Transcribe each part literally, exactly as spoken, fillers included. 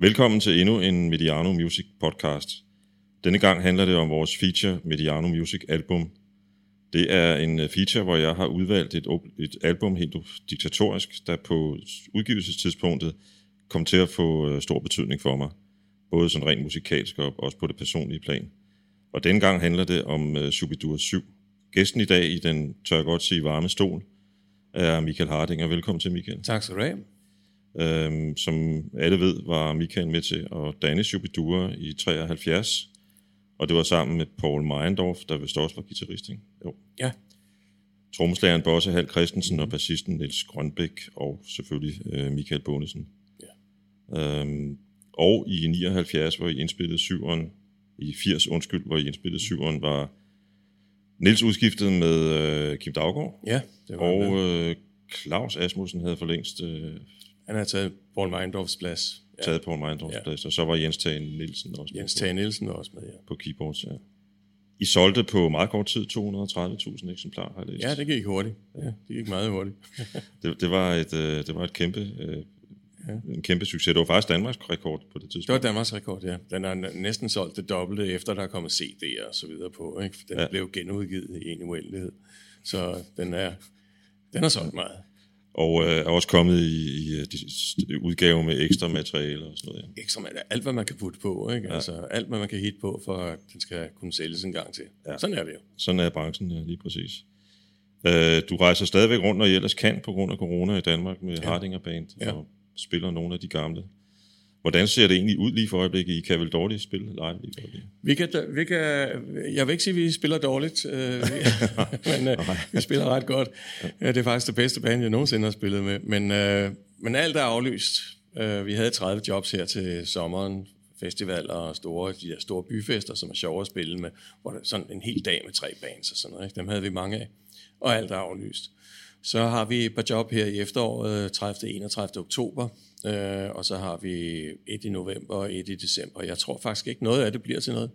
Velkommen til endnu en Mediano Music podcast. Denne gang handler det om vores feature Mediano Music album. Det er en feature, hvor jeg har udvalgt et, et album helt diktatorisk, der på udgivelsestidspunktet kom til at få stor betydning for mig. Både sådan rent musikalsk og også på det personlige plan. Og denne gang handler det om uh, Shu-bi-dua syv. Gæsten i dag i den, tør jeg godt sige, varme stol er Michael Hardinger. Velkommen til, Michael. Tak skal du have. Øhm, som alle ved, var Michael med til at danne Shu-bi-dua i treoghalvfjerds. Og det var sammen med Paul Meyendorff, der vist også var guitarist, ikke? Jo. Ja. Trommeslageren Bosse Hall Christensen og bassisten Niels Grønbæk og selvfølgelig øh, Michael Bondesen. Ja. Øhm, og i nioghalvfjerds, hvor I indspillede syveren, i firs, undskyld, hvor I indspillede syveren, var Niels udskiftet med øh, Kim Daugaard. Ja, det var Og øh, Claus Asmussen havde for længst øh, Han havde taget Paul Meyendorffs plads. Ja. taget Paul Meyendorffs ja. plads, og så var Jens Tage Nielsen også Jens Tage Nielsen også med, ja. På keyboards, ja. I solgte på meget kort tid to hundrede og tredive tusind eksemplarer, har jeg læst. Ja, det gik hurtigt. Ja, det gik meget hurtigt. det, det, var et, øh, det var et kæmpe, øh, ja. en kæmpe succes. Det var faktisk Danmarks rekord på det tidspunkt. Det var Danmarks rekord, ja. Den er næsten solgt det dobbelte, efter der er kommet C D'er og så videre på. Ikke? Den ja. blev genudgivet i en uendelighed. Så den er, den er solgt meget. Og øh, er også kommet i, i, i udgave med ekstra materiale og sådan noget. Ja. Ekstra materiale, alt hvad man kan putte på, ikke? Ja. Altså alt hvad man kan hit på, for at den skal kunne sælges en gang til. Ja. Sådan er det jo. Sådan er branchen ja, lige præcis. Øh, du rejser stadigvæk rundt, når I ellers kan, på grund af corona i Danmark med ja. Hardinger Band, ja. og spiller nogle af de gamle. Hvordan ser det egentlig ud lige for øjeblikket? I kan vel dårligt spille live lige for øjeblikket? Vi kan, vi kan, jeg vil ikke sige, at vi spiller dårligt, øh, men øh, vi spiller ret godt. Det er faktisk det bedste band, jeg nogensinde har spillet med. Men, øh, men alt er aflyst. Øh, vi havde tredive jobs her til sommeren, festivaler og store, de der store byfester, som er sjove at spille med, hvor der sådan en hel dag med tre bands og sådan noget. Ikke? Dem havde vi mange af, og alt er aflyst. Så har vi et par job her i efteråret, tredivte og enogtredivte oktober, øh, og så har vi et i november og et i december. Jeg tror faktisk ikke noget af det bliver til noget.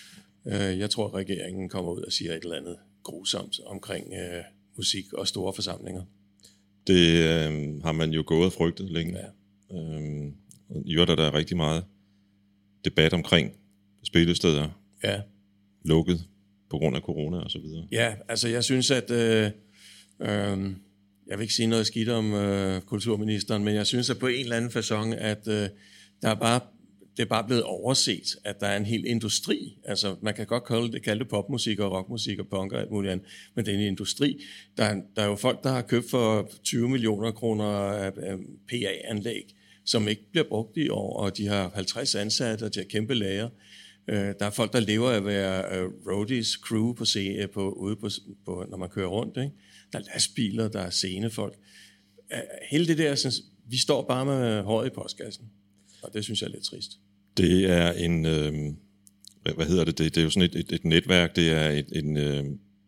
Øh, jeg tror, at regeringen kommer ud og siger et eller andet grusomt omkring øh, musik og store forsamlinger. Det øh, har man jo gået og frygtet længe. Ja. Øh, I øvrigt er der rigtig meget debat omkring spillesteder ja. lukket på grund af corona og så videre. Ja, altså jeg synes, at... Øh, Øhm, jeg vil ikke sige noget skidt om øh, kulturministeren, men jeg synes at på en eller anden facon, at øh, der er bare, det er bare blevet overset, at der er en hel industri. Altså man kan godt kalde det, kalde det popmusik og rockmusik og punk og alt muligt andet, men det er en industri. Der er, der er jo folk, der har købt for tyve millioner kroner af, af P A-anlæg, som ikke bliver brugt i år, og de har halvtreds ansatte, og de har kæmpe lager. Øh, der er folk, der lever af at være uh, roadies, crew på, se, på, ude på, på, når man kører rundt, ikke? Der er lastbiler, der er scenefolk. Hele det der, synes, vi står bare med håret i postkassen. Og det synes jeg er lidt trist. Det er en, øh, hvad hedder det, det, det er jo sådan et, et, et netværk, det er et, en, øh,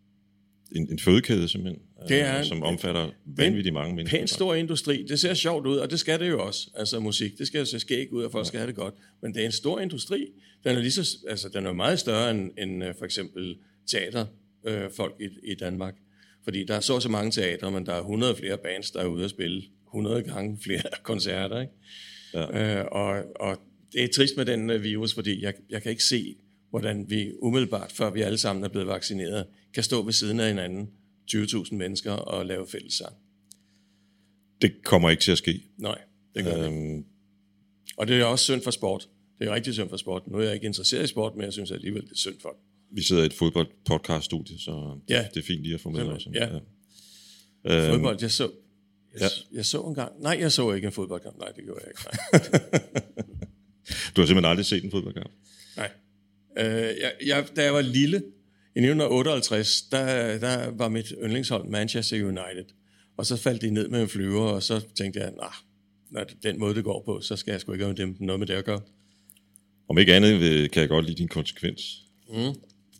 en, en fødekæde simpelthen, det er, øh, som omfatter vanvittigt mange mennesker. Pænt stor industri, det ser sjovt ud, og det skal det jo også. Altså musik, det skal jo se skæg ud, og folk ja. skal have det godt. Men det er en stor industri. Den er, lige så, altså, den er meget større end, end for eksempel teaterfolk øh, i, i Danmark. Fordi der er så så mange teater, men der er hundrede flere bands, der er ude at spille hundrede gange flere koncerter, ikke? Ja. Øh, og, og det er trist med den uh, virus, fordi jeg, jeg kan ikke se, hvordan vi umiddelbart, før vi alle sammen er blevet vaccineret, kan stå ved siden af hinanden, tyve tusind mennesker, og lave fællessang. Det kommer ikke til at ske. Nej, det gør øhm... det. Og det er også synd for sport. Det er rigtig synd for sport. Nu er jeg ikke interesseret i sport, men jeg synes alligevel, det er synd for det. Vi sidder i et fodbold-podcast-studie, så ja. det er fint lige at få med også. Ja. ja. Øhm, fodbold, jeg så, jeg, ja. jeg så en gang. Nej, jeg så ikke en fodboldkamp. Nej, det gjorde jeg ikke. Du har simpelthen aldrig set en fodboldkamp? Nej. Øh, jeg, jeg, da jeg var lille, i nitten otteoghalvtreds, der, der var mit yndlingshold Manchester United. Og så faldt de ned med en flyver, og så tænkte jeg, nah, når den måde, det går på, så skal jeg sgu ikke have dem noget med det at gøre. Om ikke andet kan jeg godt lide din konsekvens. Mm.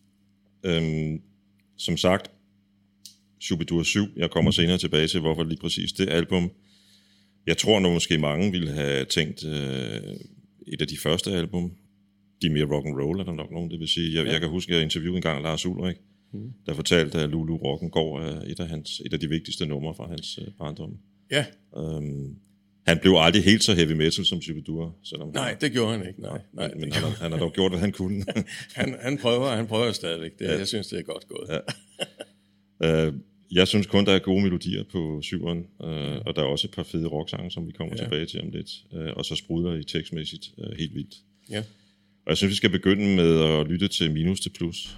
Øhm, som sagt, Shu-bi-dua syv, jeg kommer senere tilbage til, hvorfor lige præcis det album. Jeg tror nu måske mange ville have tænkt øh, et af de første album, de mere rock and roll er der nok nogen, det vil sige. Jeg, ja. jeg kan huske, at jeg interviewede engang Lars Ulrik, mm. der fortalte, at Lulu Rock'n'Gård er et af, hans, et af de vigtigste numre fra hans øh, barndom. Ja. Øhm, Han blev aldrig helt så heavy metal som Shubidua. Selvom nej, det gjorde han ikke. Nej, nej, men men han, har, han har dog gjort, hvad han kunne. han, han prøver, han prøver stadigvæk. Det, ja. Jeg synes, det er godt gået. Ja. uh, jeg synes kun, der er gode melodier på syveren, uh, og der er også et par fede rocksange, som vi kommer ja. tilbage til om lidt. Uh, og så sprudler I tekstmæssigt uh, helt vildt. Ja. Og jeg synes, vi skal begynde med at lytte til Minus til Plus.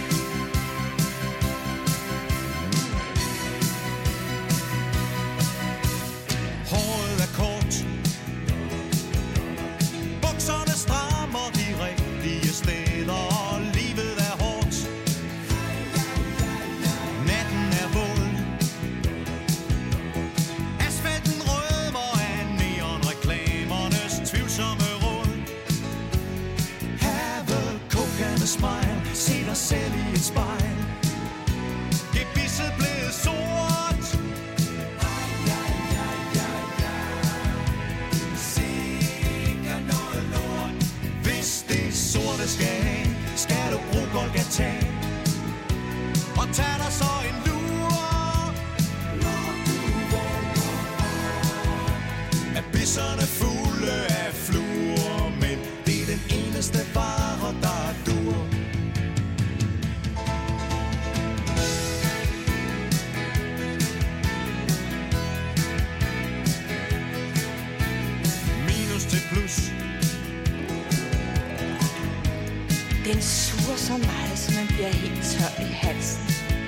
Den suger så meget, så man bliver helt tør i halsen.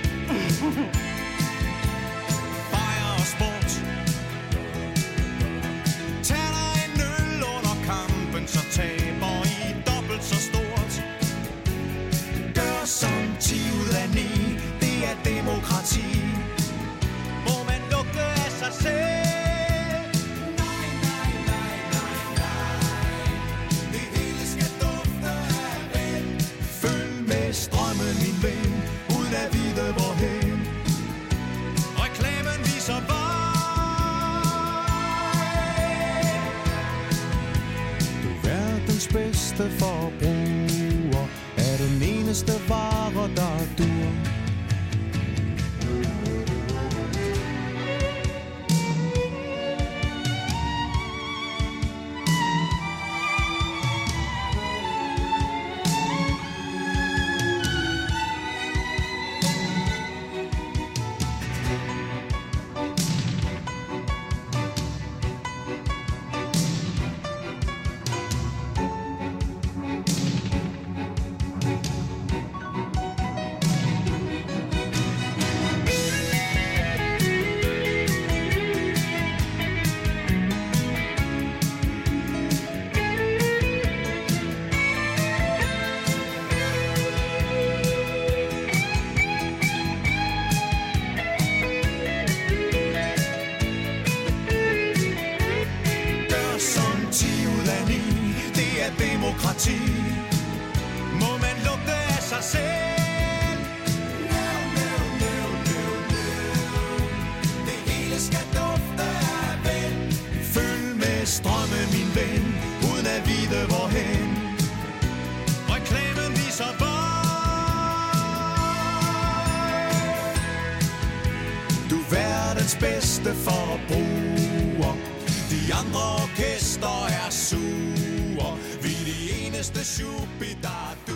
Bajer og sport. Tag dig en øl under kampen, så taber I dobbelt så stort. Gør som ti ud af ni, det er demokrati. Må man lugte af sig selv? Strømmen, min ven, uden at vide hvorhen. Reklamen viser vej. Du er verdens bedste forbruger, er den eneste vare, der dur. Demokrati. Må man lugte af sig selv? No, no, no, no, no. Det hele skal dufte af vel. Følg med strømmen, min ven, uden at vide hvorhen. Reklamen viser vej. Du er verdens bedste forbruger. De andre orkester er sure. Vi er de eneste Shubidu.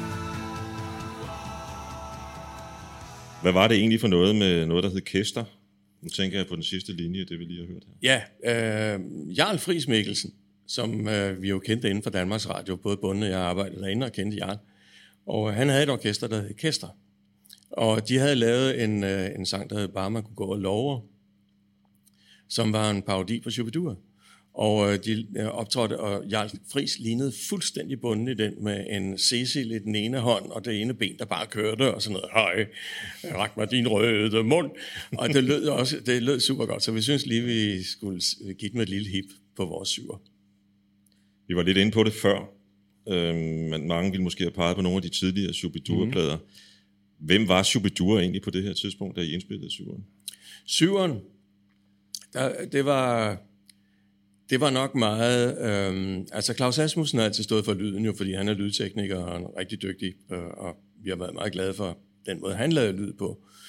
Hvad var det egentlig for noget med noget, der hed Kester? Nu tænker jeg på den sidste linje, det vi lige har hørt her. Ja, øh, Jarl Friis Mikkelsen, som øh, vi jo kendte inden for Danmarks Radio, både Bunde og jeg arbejdede derinde og kendte Jarl. Og han havde et orkester, der hed Kester. Og de havde lavet en, øh, en sang, der hed Bare man kunne gå og love, som var en parodi på Shubidua. Og de optrådte, og Jarl Friis lignede fuldstændig bunden i den med en Cecil i den ene hånd, og det ene ben, der bare kørte, og sådan noget, hej, ræk mig din røde mund. Og det lød også, det lød super godt, så vi synes lige, vi skulle give dem et lille hip på vores syver. Vi var lidt inde på det før, øhm, men mange ville måske have peget på nogle af de tidligere Shubidua-plader. Mm. Hvem var Shubidua egentlig på det her tidspunkt, da I indspillede syveren? Syveren, der, det var... Det var nok meget... Øh, altså Claus Asmussen har altid stået for lyden jo, fordi han er lydtekniker og han er rigtig dygtig, øh, og vi har været meget glade for den måde, han lavede lyd på.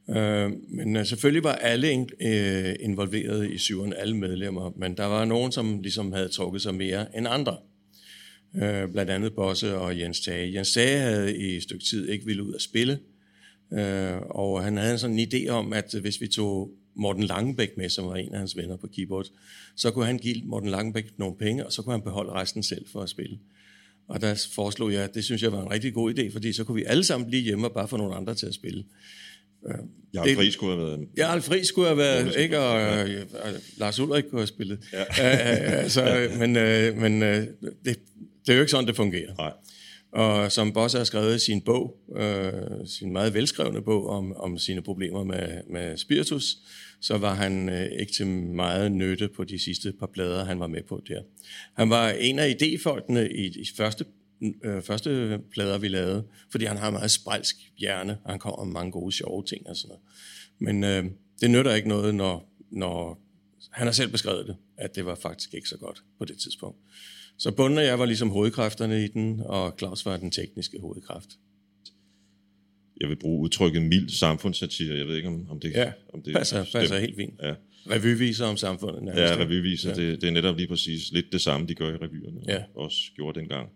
Øh, men øh, selvfølgelig var alle in, øh, involveret i syveren, alle medlemmer, men der var nogen, som ligesom havde trukket sig mere end andre. Øh, blandt andet Bosse og Jens Tage. Jens Tage havde i et stykke tid ikke ville ud at spille, øh, og han havde sådan en idé om, at hvis vi tog Morten Langebæk med, som var en af hans venner på keyboard, så kunne han give Morten Langebæk nogle penge, og så kunne han beholde resten selv for at spille. Og der foreslog jeg, at det synes jeg var en rigtig god idé, fordi så kunne vi alle sammen blive hjemme og bare få nogle andre til at spille. Jarl Friis skulle have været... Jarl Friis skulle have været, ikke? Og, ja. og, og Lars Ulrik kunne have spillet. Ja. uh, altså, men uh, men uh, det, det er jo ikke sådan, det fungerer. Nej. Og som Bosse har skrevet i sin bog, uh, sin meget velskrevne bog om, om sine problemer med, med spiritus, så var han uh, ikke til meget nytte på de sidste par plader, han var med på der. Han var en af idéfolkene i de første Øh, første plader, vi lavede, fordi han har en meget sprælsk hjerne, og han kommer med mange gode, sjove ting og sådan noget. Men øh, det nytter ikke noget, når, når han har selv beskrevet det, at det var faktisk ikke så godt på det tidspunkt. Så Bunden og jeg var ligesom hovedkræfterne i den, og Claus var den tekniske hovedkraft. Jeg vil bruge udtrykket mild samfundssatire. Jeg ved ikke, om, om det... Ja, om det passer, passer helt fint. Ja. Revyviser om samfundet. Nærmest. Ja, revyviser. Ja. Det, det er netop lige præcis lidt det samme, de gør i revyerne, ja. Og også gjorde dengang.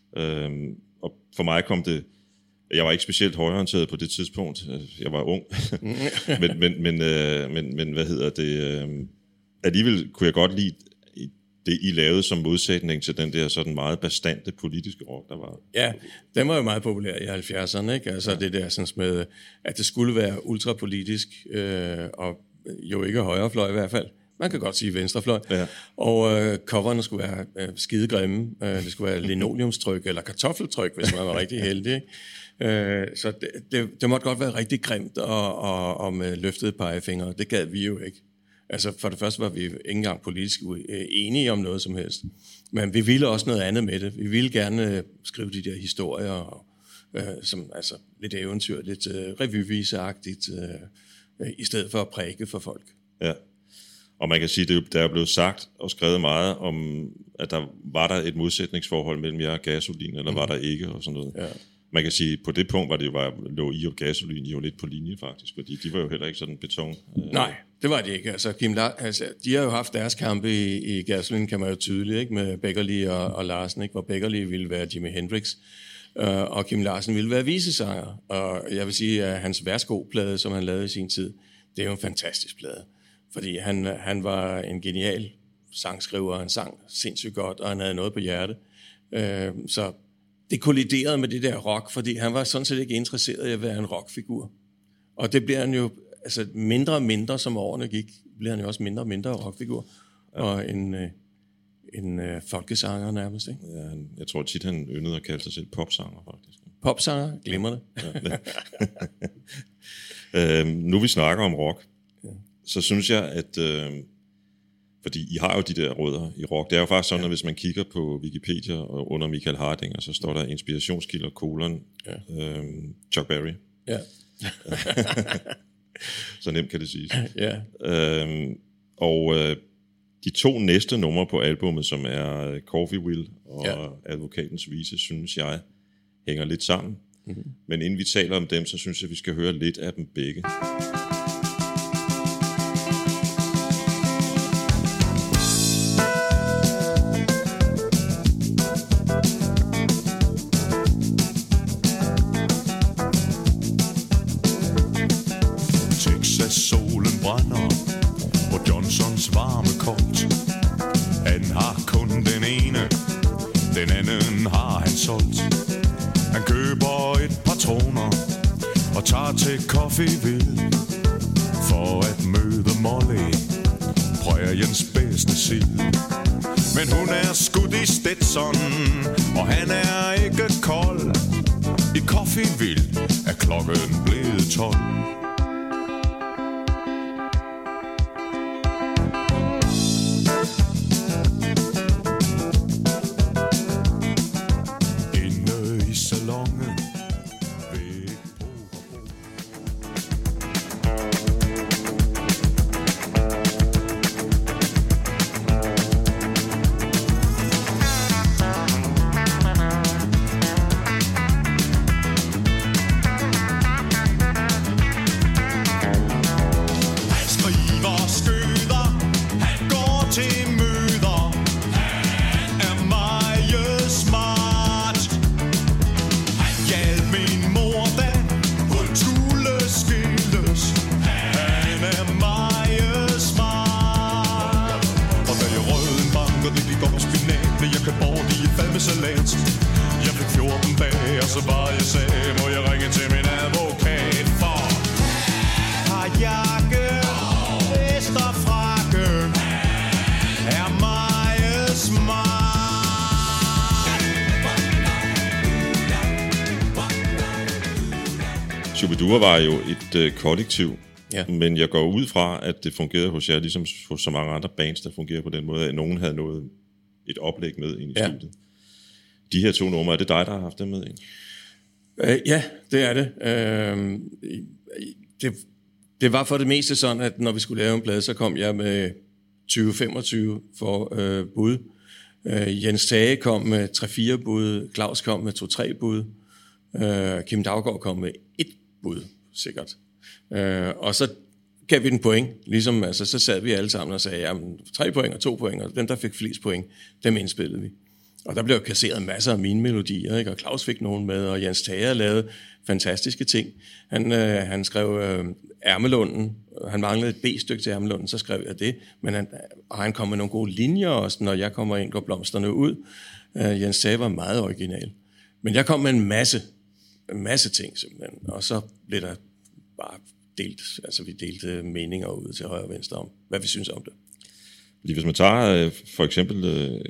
Øhm, og for mig kom det, jeg var ikke specielt højreorienteret på det tidspunkt, jeg var ung, men, men, men, øh, men, men hvad hedder det, øh, alligevel kunne jeg godt lide det, I lavede som modsætning til den der sådan meget bastante politiske rock, der var. Ja, den var jo meget populær i halvfjerdserne, ikke? Altså ja. Det der sådan med, at det skulle være ultrapolitisk, øh, og jo ikke højrefløj i hvert fald. Man kan godt sige venstrefløj. Ja. Og øh, coverne skulle være øh, skidegrimme. Øh, det skulle være linoleumstryk eller kartoffeltryk, hvis man var rigtig heldig. Øh, så det, det, det måtte godt være rigtig grimt og, og, og med løftede pegefingre. Det gad vi jo ikke. Altså for det første var vi ikke engang politisk enige om noget som helst. Men vi ville også noget andet med det. Vi ville gerne skrive de der historier, og, øh, som altså lidt eventyr, lidt øh, revyviseagtigt, øh, i stedet for at præke for folk. Ja. Og man kan sige, at der er blevet sagt og skrevet meget om, at der var der et modsætningsforhold mellem jer og Gasolin, eller mm. var der ikke, og sådan noget. Ja. Man kan sige, at på det punkt var det jo, var, lå I og Gasolin jo lidt på linje faktisk, fordi de var jo heller ikke sådan beton. Nej, det var de ikke. Altså, Kim La- altså, de har jo haft deres kampe i, i Gasolin, kan man jo tydeligt, ikke? Med Beckerli og, og Larsen, ikke? Hvor Beckerli ville være Jimi Hendrix, øh, og Kim Larsen ville være visesanger. Og jeg vil sige, at hans Værsgo-plade, som han lavede i sin tid, det er jo en fantastisk plade. Fordi han, han var en genial sangskriver, han sang sindssygt godt, og han havde noget på hjerte. Øh, så det kolliderede med det der rock, fordi han var sådan set ikke interesseret i at være en rockfigur. Og det bliver han jo, altså mindre og mindre, som årene gik, bliver han jo også mindre og mindre rockfigur. Ja. Og en, øh, en øh, folkesanger nærmest, ikke? Ja, han, jeg tror tit, han yndede at kalde sig selv popsanger, faktisk. Popsanger, glimrende. Ja, ja. øhm, nu vi snakker om rock, ja. Så synes jeg, at... Øh, fordi I har jo de der rødder i rock. Det er jo faktisk sådan, ja. At hvis man kigger på Wikipedia og under Michael Hardinger, så står der inspirationskilder, kolon, ja. øhm, Chuck Berry. Ja. Så nemt kan det siges. Ja. Øhm, og øh, de to næste numre på albummet, som er Coffee Will og ja. Advokatens Vise, synes jeg hænger lidt sammen. Mm-hmm. Men inden vi taler om dem, så synes jeg, vi skal høre lidt af dem begge. Vil for at møde Molly, præriens bedste sild. Men hun er skudt i Stetson, og han er ikke kold. I Coffeeville er klokken blevet tolv. Shubidua var jo et øh, kollektiv, Ja. men jeg går ud fra, at det fungerede hos jer, ligesom hos så mange andre bands, der fungerer på den måde, at nogen havde noget, et oplæg med ind i Ja. studiet. De her to numre, er det dig, der har haft dem med ind? Øh, ja, det er det. Øh, det. Det var for det meste sådan, at når vi skulle lave en plade, så kom jeg med tyve femogtyve for øh, bud. Øh, Jens Tage kom med tre fire bud, Claus kom med to tre bud, øh, Kim Daugaard kom med et bud, sikkert. Øh, og så gav vi den point, ligesom altså, så sad vi alle sammen og sagde, jamen, tre point og to point, og dem, der fik flest point, dem indspillede vi. Og der blev kasseret masser af mine melodier, ikke? Og Claus fik nogen med, og Jens Tage lavede fantastiske ting. Han, øh, han skrev øh, Ærmelunden, han manglede et B-stykke til Ærmelunden, så skrev jeg det, men han, og han kom med nogle gode linjer også, når jeg kommer ind, går blomsterne ud. Øh, Jens Tage var meget original. Men jeg kom med en masse, en masse ting simpelthen, og så blev der bare delt, altså vi delte meninger ud til højre og venstre om, hvad vi synes om det. Fordi hvis man tager øh, for eksempel øh,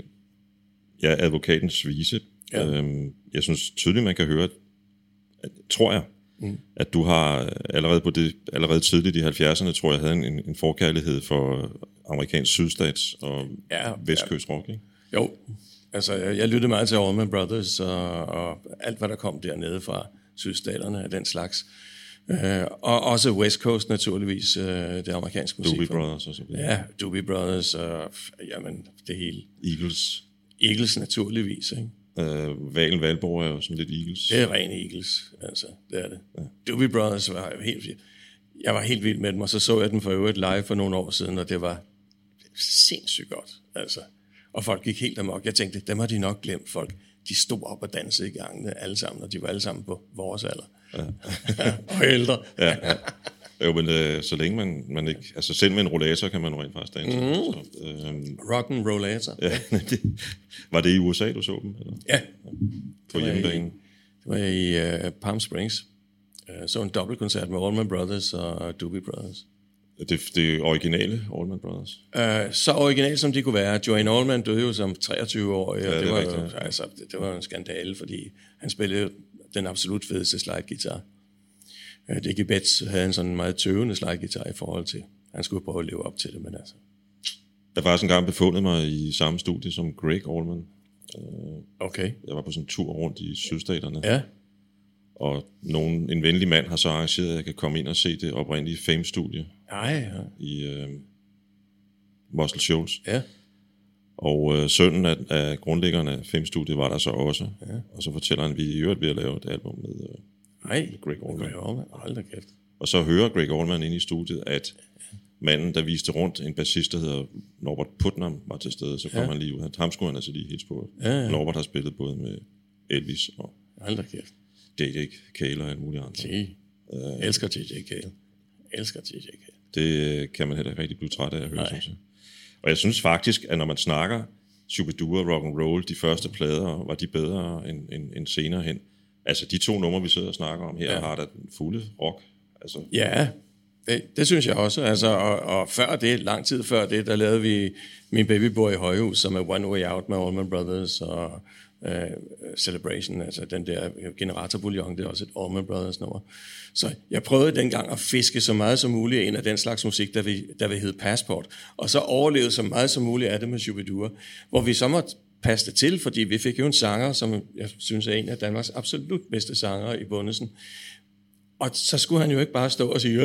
ja, advokatens vise, Ja. øh, jeg synes tydeligt, man kan høre, at, tror jeg, mm. at du har allerede på det, allerede tidligt i halvfjerdserne, tror jeg, havde en, en forkærlighed for amerikansk sydstats og Ja, vestkystrock, ikke? Jo, altså jeg, jeg lyttede meget til Allman Brothers og, og alt, hvad der kom dernede fra sydstaterne af den slags. Øh, og også West Coast naturligvis, øh, det amerikanske musik. Doobie Brothers og så videre. Ja, Doobie Brothers og jamen, det hele. Eagles. Eagles naturligvis, ikke? Øh, Valen Valborg er jo sådan lidt Eagles. Det er ren Eagles, altså, det er det. Ja. Doobie Brothers var jo helt vildt. Jeg var helt vild med dem, og så så jeg den for øvrigt live for nogle år siden, og det var sindssygt godt, altså. Og folk gik helt amok. Jeg tænkte, dem har de nok glemt, folk. De stod op og dansede i gangene alle sammen, og de var alle sammen på vores alder. Ja. Og ældre. Ja, ja. Jo, men øh, så længe man, man ikke... Altså selv med en rollator kan man jo rent faktisk danse. Mm. Så, øh, Rock and rollator. ja, det, var det i U S A, du så dem? Eller? Ja. På hjemmebane? Det var i uh, Palm Springs. Uh, så en dobbeltkoncert med Allman Brothers og Doobie Brothers. Det, det originale Allman Brothers? Uh, så originalt som de kunne være. Joanne Allman døde jo som treogtyve-årig, og ja, det, det, var rigtigt, jo, ja. altså, det, det var en skandale, fordi han spillede den absolut fedeste slide-guitar. Uh, Dickie Betts havde en sådan meget tøvende slide-guitar i forhold til, han skulle prøve at leve op til det, men altså... Jeg har faktisk engang befundet mig i samme studie som Greg Allman. Uh, Okay. jeg var på sådan en tur rundt i sydstaterne. Ja. Og nogen, en venlig mand har så arrangeret, at jeg kan komme ind og se det oprindelige Fame-studie Nej, ja. i øh, Muscle Shoals. Ja. Og øh, sønnen af, af grundlæggerne af Fame-studiet var der så også. Ja. Og så fortæller han, at vi i øvrigt ved at lave et album med, øh, Nej, med Greg Allman. Greg Allman. Hold da kæft. Og så hører Greg Allman inde i studiet, at manden, der viste rundt, en bassist, der hedder Norbert Putnam, var til stede. Så kom ja. han lige ud. Ham skulle han altså lige hilse på. Ja, ja. Norbert har spillet både med Elvis og Hold da kæft. J J Cale og alle mulige andre. Gee. Uh, elsker J J Cale. Elsker J J Cale. Det kan man heller ikke rigtig blive træt af at høre, synes jeg. Og jeg synes faktisk, at når man snakker Shubidua rock and roll, de første plader, var de bedre end, end, end senere hen. Altså de to numre, vi sidder og snakker om her, ja. har der den fulde rock. Altså. Ja, det, det synes jeg også. Altså, og, og før det, lang tid før det, der lavede vi Min Baby Boy i Højhus, som er One Way Out med Allman Brothers og uh, Celebration, altså den der generatorbouillon, det er også et Allman Brothers nummer. Så jeg prøvede dengang at fiske så meget som muligt ind af den slags musik, der vi, der vi hed Passport, og så overlevede så meget som muligt af det med Shubidua, hvor vi så måtte passe det til, fordi vi fik jo en sanger, som jeg synes er en af Danmarks absolut bedste sangere i Bundesen. Og så skulle han jo ikke bare stå og sige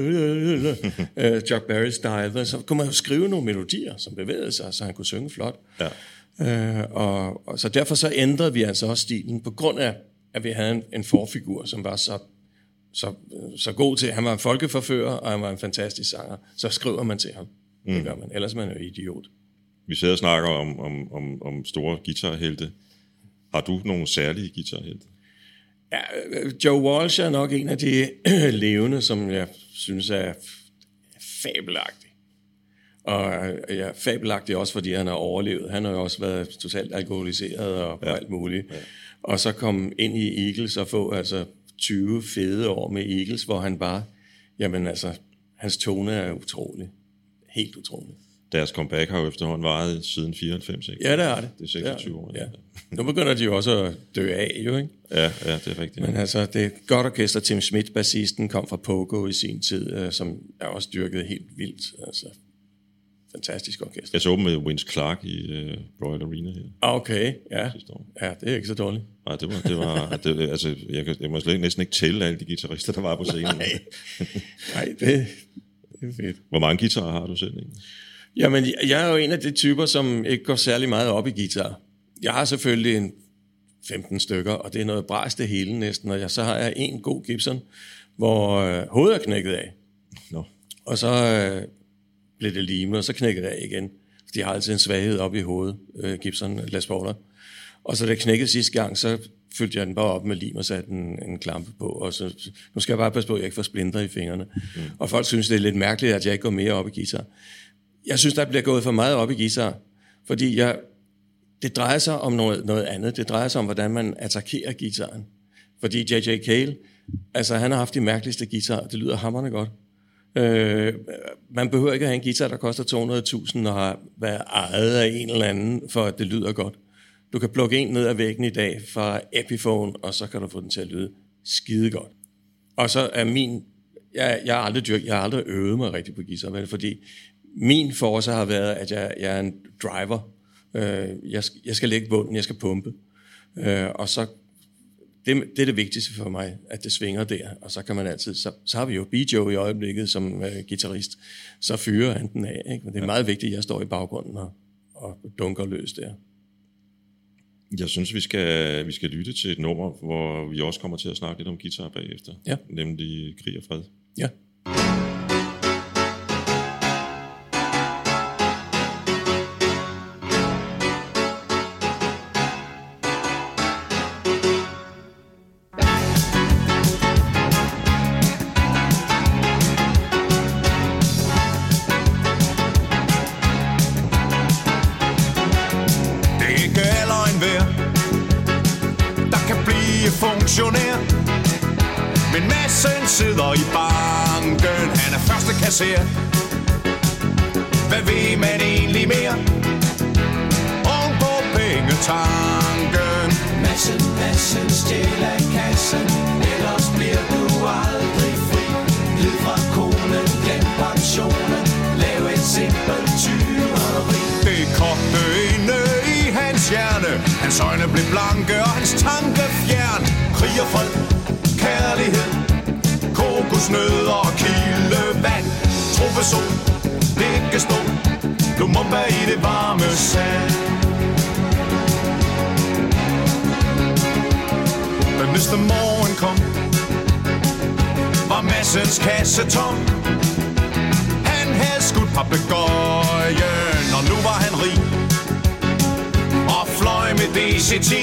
uh, Chuck Berry-style, så kunne man jo skrive nogle melodier, som bevægede sig, så han kunne synge flot. Ja. Uh, og, og så derfor så ændrede vi altså også stilen, på grund af, at vi havde en, en forfigur, som var så, så, så god til. Han var en folkeforfører, og han var en fantastisk sanger. Så skriver man til ham. Mm. Det gør man. Ellers er man jo idiot. Vi sidder og snakker om, om, om, om store guitarhelte. Har du nogle særlige guitarhelte? Ja, Joe Walsh er nok en af de levende, som jeg synes er fabelagtig. Og ja, fabelagtig også, fordi han har overlevet. Han har jo også været totalt alkoholiseret og ja. alt muligt. Ja. Og så kom ind i Eagles og få altså tyve fede år med Eagles, hvor han bare, jamen altså, hans tone er utrolig. Helt utrolig. deres comeback har jo efterhånden varet siden fireoghalvfems, ikke? Ja, det er det. Det er seksogtyve år. Ja. Nu begynder de jo også at dø af, jo, ikke? Ja, ja, det er rigtigt. Men altså, det er et godt orkester. Tim Schmidt, bassisten, kom fra Pogo i sin tid, øh, som er også dyrket helt vildt. Altså, fantastisk orkester. Jeg så dem med Vince Clarke i uh, Royal Arena her. Okay, ja. Sidste år. Ja, det er ikke så dårligt. Nej, det var, det var det, altså, jeg, kan, jeg må slet næsten ikke tælle alle de guitarister, der var på scenen. Nej, Nej det, det er fedt. Hvor mange guitarer har du selv egentlig? Jamen, jeg er jo en af de typer, som ikke går særlig meget op i guitar. Jeg har selvfølgelig en femten stykker, og det er noget bras det hele næsten, og jeg, så har jeg en god Gibson, hvor øh, hovedet er knækket af. No. Og så øh, blev det limet, og så knækkede det af igen. De har altid en svaghed op i hovedet, øh, Gibson Les Pauler. Og så da det knækkede sidste gang, så fyldte jeg den bare op med lim og satte en, en klampe på. Og så, nu skal jeg bare passe på, at jeg ikke får splinter i fingrene. Mm. Og folk synes, det er lidt mærkeligt, at jeg ikke går mere op i guitar. Jeg synes, der bliver gået for meget op i guitar, fordi jeg, det drejer sig om noget, noget andet. Det drejer sig om, hvordan man attackerer guitaren. Fordi J J Cale, altså han har haft de mærkeligste guitarer, det lyder hamrende godt. Øh, man behøver ikke at have en guitar, der koster to hundrede tusind og har været ejet af en eller anden, for at det lyder godt. Du kan plukke en ned ad væggen i dag fra Epiphone, og så kan du få den til at lyde skide godt. Og så er min, jeg, jeg, har aldrig dyrket, jeg har aldrig øvet mig rigtig på guitar, vel, fordi min force har været, at jeg, jeg er en driver. Øh, jeg, jeg skal lægge bunden, jeg skal pumpe. Øh, og så, det, det er det vigtigste for mig, at det svinger der. Og så kan man altid, så, så har vi jo B J i øjeblikket som øh, guitarist. Så fyrer han den af, ikke? Men det er meget vigtigt, at jeg står i baggrunden og, og dunker løs der. Jeg synes, vi skal, vi skal lytte til et nummer, hvor vi også kommer til at snakke lidt om guitar bagefter. Ja. Nemlig Krig og Fred. Ja. Funktionær. Men Madsen sidder i banken, han er første kasser. Hvad ved man egentlig mere oven på pengetanken? Madsen, Madsen, stjæl af kassen, ellers bliver du aldrig fri. Glid fra konen, glem pensionen, lav et simpelt tyveri. Det kogte inde i hans hjerne, hans øjne blev blanke og hans tanke fjern. Krig og fred, kærlighed, kokosnødder og kildevand. Truffe sol, ikke stå, Lumumba i det varme sand. Da næste morgen kom, var Madsens kasse tom. Han havde skudt papegøjen, og nu var han rig og fløj med D C ti.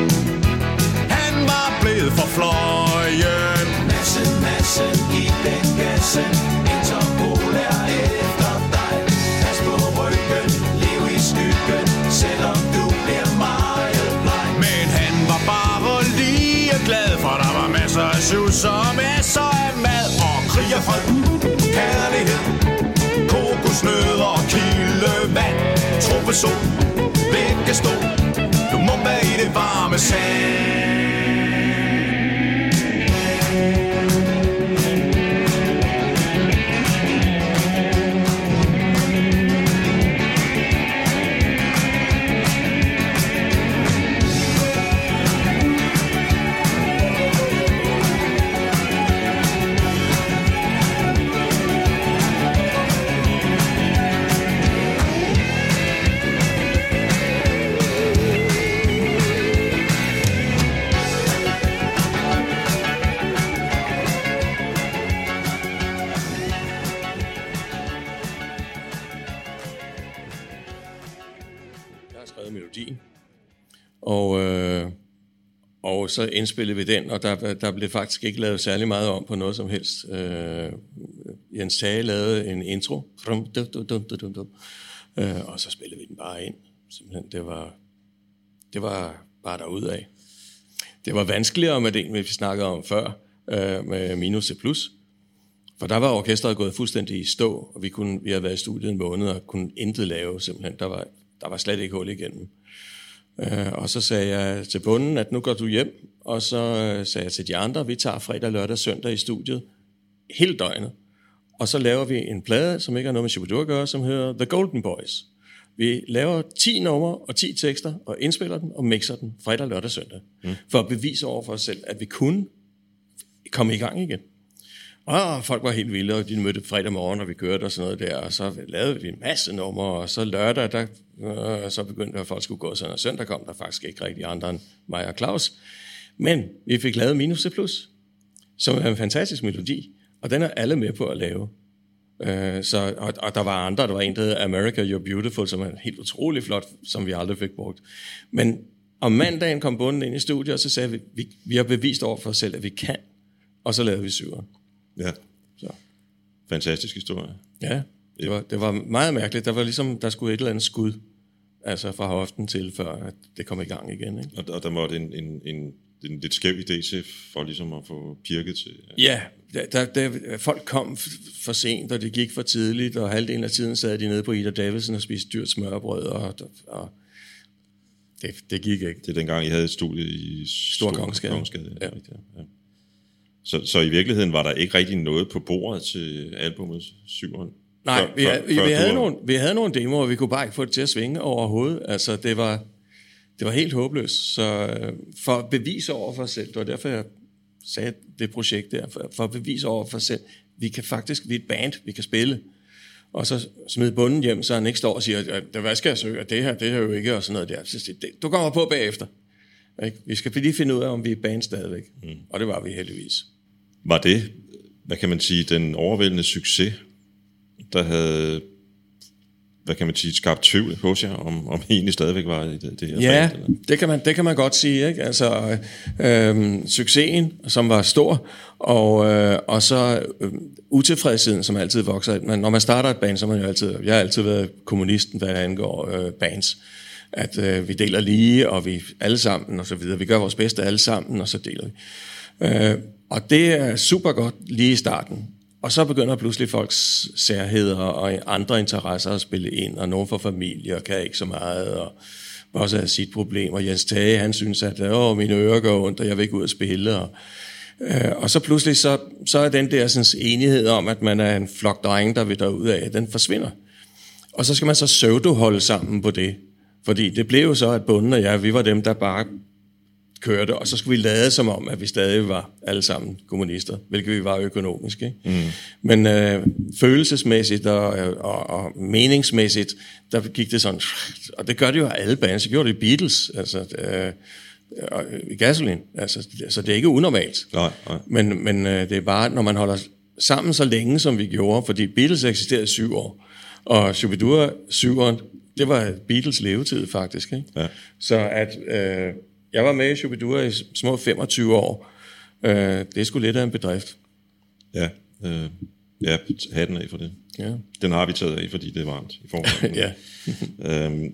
Var blevet for fløjen. Madsen, Madsen, giv den gassen. Interpol er efter dig. Pas på ryggen, lev i skyggen, selvom du bliver meget bleg. Men han var bare lige glad, for der var masser af sjus og masser af mad. Og krig og fred, kærlighed, kokosnødder og kildevand. Truffe sol, vække stå, du må være i det varme sand. Og, øh, og så indspillede vi den, og der, der blev faktisk ikke lavet særlig meget om på noget som helst. Øh, Jens Tage lavede en intro, øh, og så spillede vi den bare ind. Simpelthen, det var, det var bare derudad. Det var vanskeligere med det, vi snakkede om før, øh, med Minus C plus, For der var orkestret gået fuldstændig i stå, og vi, kunne, vi havde været i studiet en måned og kunne intet lave simpelthen. Der var, der var slet ikke hul igennem. Øh, og så sagde jeg til bunden, at nu går du hjem, og så øh, sagde jeg til de andre, vi tager fredag, lørdag, søndag i studiet, hele døgnet. Og så laver vi en plade, som ikke har noget med Shubidur at gøre, som hedder The Golden Boys. Vi laver ti numre og ti tekster, og indspiller den og mixer den fredag, lørdag, søndag. Mm. For at bevise over for os selv, at vi kunne komme i gang igen. Og folk var helt vilde, og de mødte fredag morgen, og vi kørte og sådan noget der, og så lavede vi en masse numre, og så lørdag, der, øh, så begyndte at folk skulle gå sådan, og søndag kom der faktisk ikke rigtig andre end mig og Claus. Men vi fik lavet Minus C plus, som er en fantastisk melodi, og den er alle med på at lave. Øh, så, og, og der var andre, der var en, der hedder America You're Beautiful, som er helt utrolig flot, som vi aldrig fik brugt. Men om mandagen kom bunden ind i studiet, og så sagde vi, vi, vi har bevist over for os selv, at vi kan, og så lavede vi syveren. Ja. Så. Fantastisk historie. Ja, det var, det var meget mærkeligt. Der var ligesom, der skulle et eller andet skud, altså fra hoften til, før at det kom i gang igen. Ikke? Og, og der måtte en, en, en, en lidt skæv idé til, for ligesom at få pirket til. Ja, der, der, folk kom for sent, og det gik for tidligt, og halvdelen af tiden sad de nede på Ida Davidsen og spiste dyrt smørbrød, og, og det, det gik ikke. Det er dengang, I havde et studie i Stor Kongensgade. Kongensgade. Ja. Ja. Ja. Så, så i virkeligheden var der ikke rigtig noget på bordet til albumet syveren? Nej, før, vi, før, vi, før vi, havde var... nogle, vi havde nogle demoer, og vi kunne bare ikke få det til at svinge overhovedet. Altså, det var, det var helt håbløst. Så for at bevise over for os selv, det var derfor, jeg sagde det projekt der, for, for at bevise over for os selv, vi kan faktisk, vi er et band, vi kan spille. Og så smide bunden hjem, så han ikke står og siger, hvad skal jeg søge, det her, det her jo ikke, og sådan noget der. Så siger, du kommer på bagefter. Ikke? Vi skal lige finde ud af, om vi er et band stadigvæk. Mm. Og det var vi heldigvis. Var det, hvad kan man sige, den overvældende succes, der havde, hvad kan man sige, skabt tvivl hos jer, om, om I egentlig stadigvæk var i det, det her ja, band? Eller? det kan man, det kan man godt sige, ikke? Altså, øhm, succesen, som var stor, og, øh, og så øh, utilfredsheden, som altid vokser. Men når man starter et band, så man jo altid, jeg har altid været kommunisten, hvad angår øh, bands, at øh, vi deler lige, og vi alle sammen, og så videre. Vi gør vores bedste alle sammen, og så deler vi. Øh, og det er super godt lige i starten. Og så begynder pludselig folks særheder og andre interesser at spille ind, og nogen får familie og kan ikke så meget, og også har sit problem. Og Jens Tage, han synes, at åh, mine ører går ondt, og jeg vil ikke ud og spille. Og, øh, og så pludselig, så, så er den der sådan, enighed om, at man er en flok drenge, der vil derudad af, den forsvinder. Og så skal man så pseudo holde sammen på det. Fordi det blev jo så, at bunden og jeg, vi var dem, der bare kørte, og så skulle vi lade som om, at vi stadig var alle sammen kommunister, hvilket vi var økonomisk. Ikke? Mm. Men øh, følelsesmæssigt og, og, og meningsmæssigt, der gik det sådan, og det gør det jo alle bands, det gjorde det i Beatles, altså øh, i Gasoline, altså, så det er ikke unormalt. Nej, nej. Men, men øh, det er bare, når man holder sammen så længe, som vi gjorde, fordi Beatles eksisterede i syv år, og Shubidur syveren, det var Beatles levetid faktisk. Ikke? Ja. Så at øh, jeg var med i Shubidur i små femogtyve år. Øh, det er sgu lidt af en bedrift. Ja, øh, ja, hatten af for det. Ja. Den har vi taget af, fordi det er varmt i forvejen. Ja. øhm,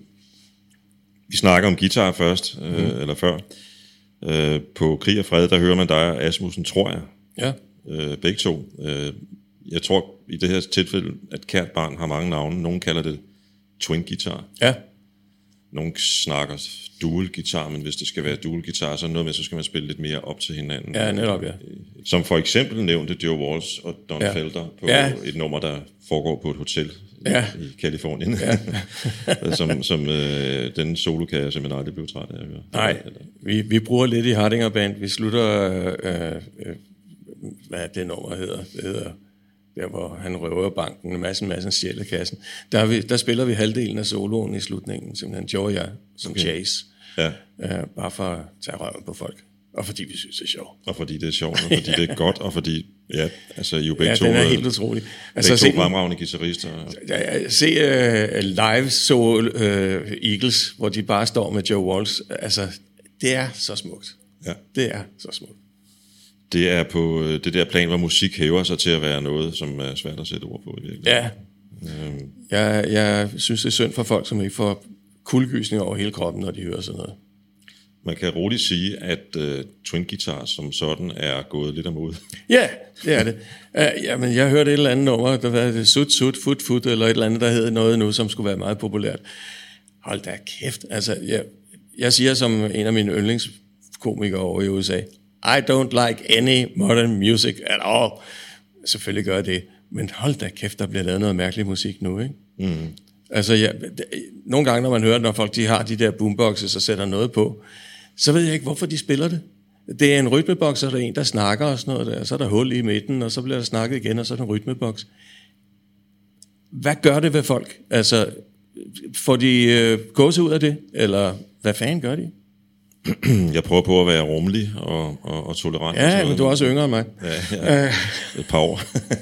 vi snakker om guitar først, øh, mm. eller før. Øh, på Krig og Fred, der hører man dig og Asmussen, tror jeg. Ja. Øh, begge to. Øh, jeg tror i det her tilfælde, at Kært Barn har mange navne. Nogle kalder det twin guitar. Ja. Nogle snakker dual guitar, men hvis det skal være dual guitar, så er noget med, så skal man spille lidt mere op til hinanden. Ja, netop, ja. Som for eksempel nævnte Joe Walsh og Don ja. Felder på ja. et nummer, der foregår på et hotel ja. i, i Kalifornien. Ja. som som øh, den solo kan jeg simpelthen aldrig blive træt af at høre. Nej, vi, vi bruger lidt i Hardinger Band. Vi slutter, øh, øh, hvad det nummer hedder, det hedder der hvor han røver banken, en masse, masse stjæler kassen. Der, vi, der spiller vi halvdelen af soloen i slutningen, simpelthen Joe og jeg, som okay. Chase. Ja. Uh, bare for at tage røven på folk. Og fordi vi synes, det er sjovt. Og fordi det er sjovt, og fordi det er godt, og fordi, ja, altså I jo begge ja, to... den er helt utrolig. Altså, begge to fremragende guitarister. Ja, se uh, live så uh, Eagles, hvor de bare står med Joe Walsh. Altså, det er så smukt. Ja. Det er så smukt. Det er på det der plan, hvor musik hæver sig til at være noget, som er svært at sætte ord på i virkeligheden. Ja. Øhm. Jeg, jeg synes, det er synd for folk, som ikke får kuldegysning over hele kroppen, når de hører sådan noget. man kan roligt sige, at uh, Twin Guitar som sådan er gået lidt amod. Ja, det er det. Uh, jamen, jeg hørte et eller andet nummer, der var det Sut Sut Fut Fut, eller et eller andet, der hed noget nu, som skulle være meget populært. Hold da kæft. Altså, jeg, jeg siger som en af mine yndlingskomikere over i U S A, I don't like any modern music at all. Selvfølgelig gør jeg det. Men hold da kæft, der bliver lavet noget mærkelig musik nu, ikke? Mm. Altså, ja, nogle gange, når man hører, når folk de har de der boomboxes og sætter noget på, så ved jeg ikke, hvorfor de spiller det. Det er en rytmeboks, og der er en, der snakker og sådan noget der, så er der hul i midten, og så bliver der snakket igen, og så er der en rytmeboks. Hvad gør det ved folk? Altså, får de øh, gåse ud af det, eller hvad fanden gør de? Jeg prøver på at være rummelig og, og, og tolerant. Ja, men du er også yngre end mig. Ja, ja. Et par år.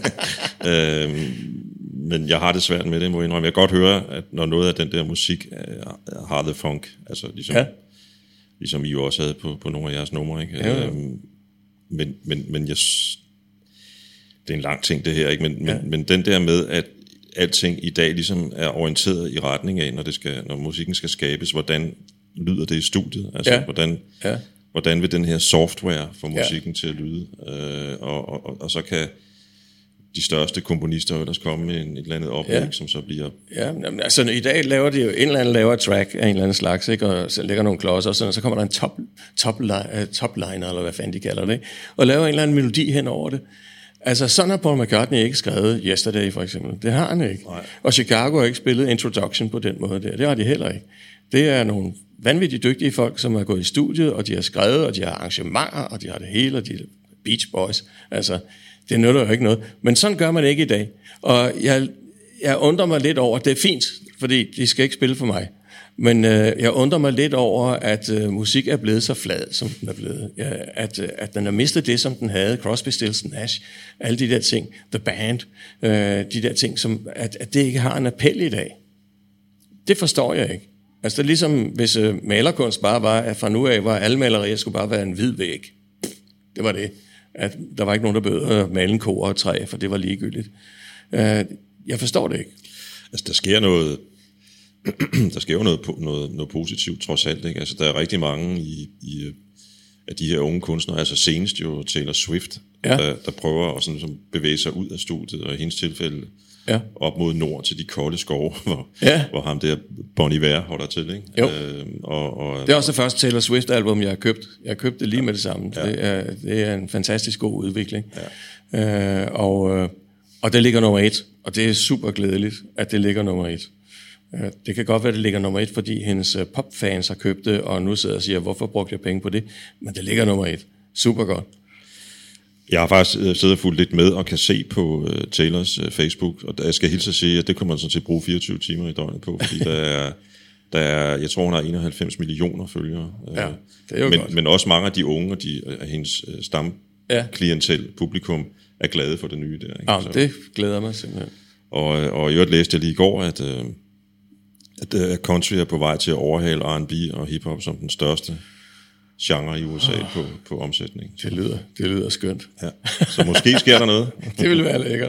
øhm, men jeg har det svært med det, må jeg indrømme. Jeg kan godt høre, at når noget af den der musik er, har the funk, altså ligesom, ja. ligesom I jo også havde på, på nogle af jeres numre, ikke? Ja, ja. Øhm, men, men, men jeg, det er en lang ting det her, ikke? Men, ja. men, men den der med, at alting i dag ligesom er orienteret i retning af, når, det skal, når musikken skal skabes, hvordan lyder det i studiet? Altså, ja. Hvordan, ja. hvordan vil den her software få musikken ja. til at lyde? Øh, og, og, og så kan de største komponister ellers komme med en, et eller andet oplæg, ja. som så bliver... Ja, men altså i dag laver de jo en eller anden laver track af en eller anden slags, ikke? Og så lægger nogle klodser, og sådan, og så kommer der en top, top, topliner, eller hvad fanden de kalder det, ikke? Og laver en eller anden melodi hen over det. Altså, sådan har Paul McCartney ikke skrevet Yesterday, for eksempel. Det har han ikke. Nej. Og Chicago har ikke spillet Introduction på den måde der. Det har de heller ikke. Det er nogle vanvittigt dygtige folk, som har gået i studiet, og de har skrevet, og de har arrangementer, og de har det hele, og de er Beach Boys. Altså, det nytter jo ikke noget. Men sådan gør man det ikke i dag. Og jeg, jeg undrer mig lidt over, det er fint, fordi de skal ikke spille for mig. Men øh, jeg undrer mig lidt over, at øh, musik er blevet så flad, som den er blevet. Ja, at, øh, at den har mistet det, som den havde. Crosby, Stills, Nash, alle de der ting. The Band, øh, de der ting, som, at, at det ikke har en appel i dag. Det forstår jeg ikke. Altså det er ligesom, hvis øh, malerkunst bare var, at fra nu af var alle malerier skulle bare være en hvid væg. Det var det. At der var ikke nogen, der behøvede at male en ko og et træ, for det var ligegyldigt. Øh, jeg forstår det ikke. Altså der sker noget... der sker jo noget, noget, noget positivt trods alt, ikke? Altså der er rigtig mange i, i, af de her unge kunstnere, altså senest jo Taylor Swift, ja. der, der prøver at sådan, som bevæge sig ud af studiet, og i hendes tilfælde ja. op mod nord til de kolde skove, hvor, ja. hvor ham der Bon Iver holder til, ikke? Jo. Øh, og, og, det er også det første Taylor Swift album, jeg har købt. Jeg har købt det lige med det samme. Ja. Det, er, det er en fantastisk god udvikling. Ja. Øh, og, og det ligger nummer et, og det er super glædeligt, at det ligger nummer et. Det kan godt være, det ligger nummer et, fordi hendes popfans har købt det, og nu sidder og siger, hvorfor brugte jeg penge på det? Men det ligger nummer et. Super godt. Jeg har faktisk siddet og fulgt lidt med og kan se på uh, Taylors uh, Facebook, og jeg skal hilse at sige, at det kan man sådan set bruge fireogtyve timer i døgnet på, fordi der er, der er, jeg tror hun har enoghalvfems millioner følgere. Ja, det er jo men, godt. Men også mange af de unge og de, af hendes uh, stamklientel, publikum, er glade for det nye der. Ikke? Ja, så. Det glæder mig simpelthen. Og, og i øvrigt læste jeg lige i går, at... Uh, at country er på vej til at overhale R and B og hiphop som den største genre i U S A oh, på, på omsætning. Det lyder, det lyder skønt. Ja. Så måske sker der noget. Det vil være lækkert.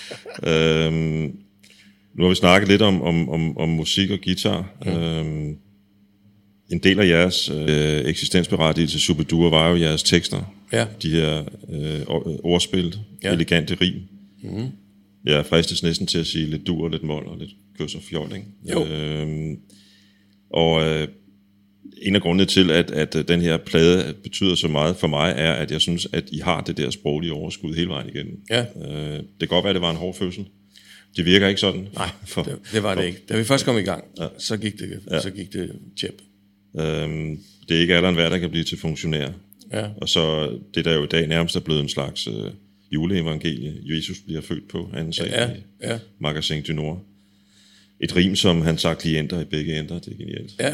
øhm, nu har vi snakket lidt om, om, om, om musik og guitar. Mm. Øhm, en del af jeres øh, eksistensberettigelse, Superduer, var jo jeres tekster. Ja. De her øh, ordspil, ja. elegante rim. Mm. Jeg fristes næsten til at sige lidt dur, lidt mål og lidt kys og fjol, ikke? Jo. Øhm, og øh, en af grundene til, at, at den her plade betyder så meget for mig, er, at jeg synes, at I har det der sproglige overskud hele vejen igennem. Ja. Øh, det kan godt være, at det var en hård fødsel. Det virker ikke sådan. Nej, for, det, det var det for, ikke. Da vi først kom i gang, ja. så gik det, ja. så gik det tjep. Øhm, det er ikke alderen hver, der kan blive til funktionær. Ja. Og så det der jo i dag nærmest er blevet en slags... Øh, juleevangelie, Jesus bliver født på, anden sag ja, ja. i Magasin du Nord. Et rim, som han tager klienter i begge ender, det er genialt. Ja.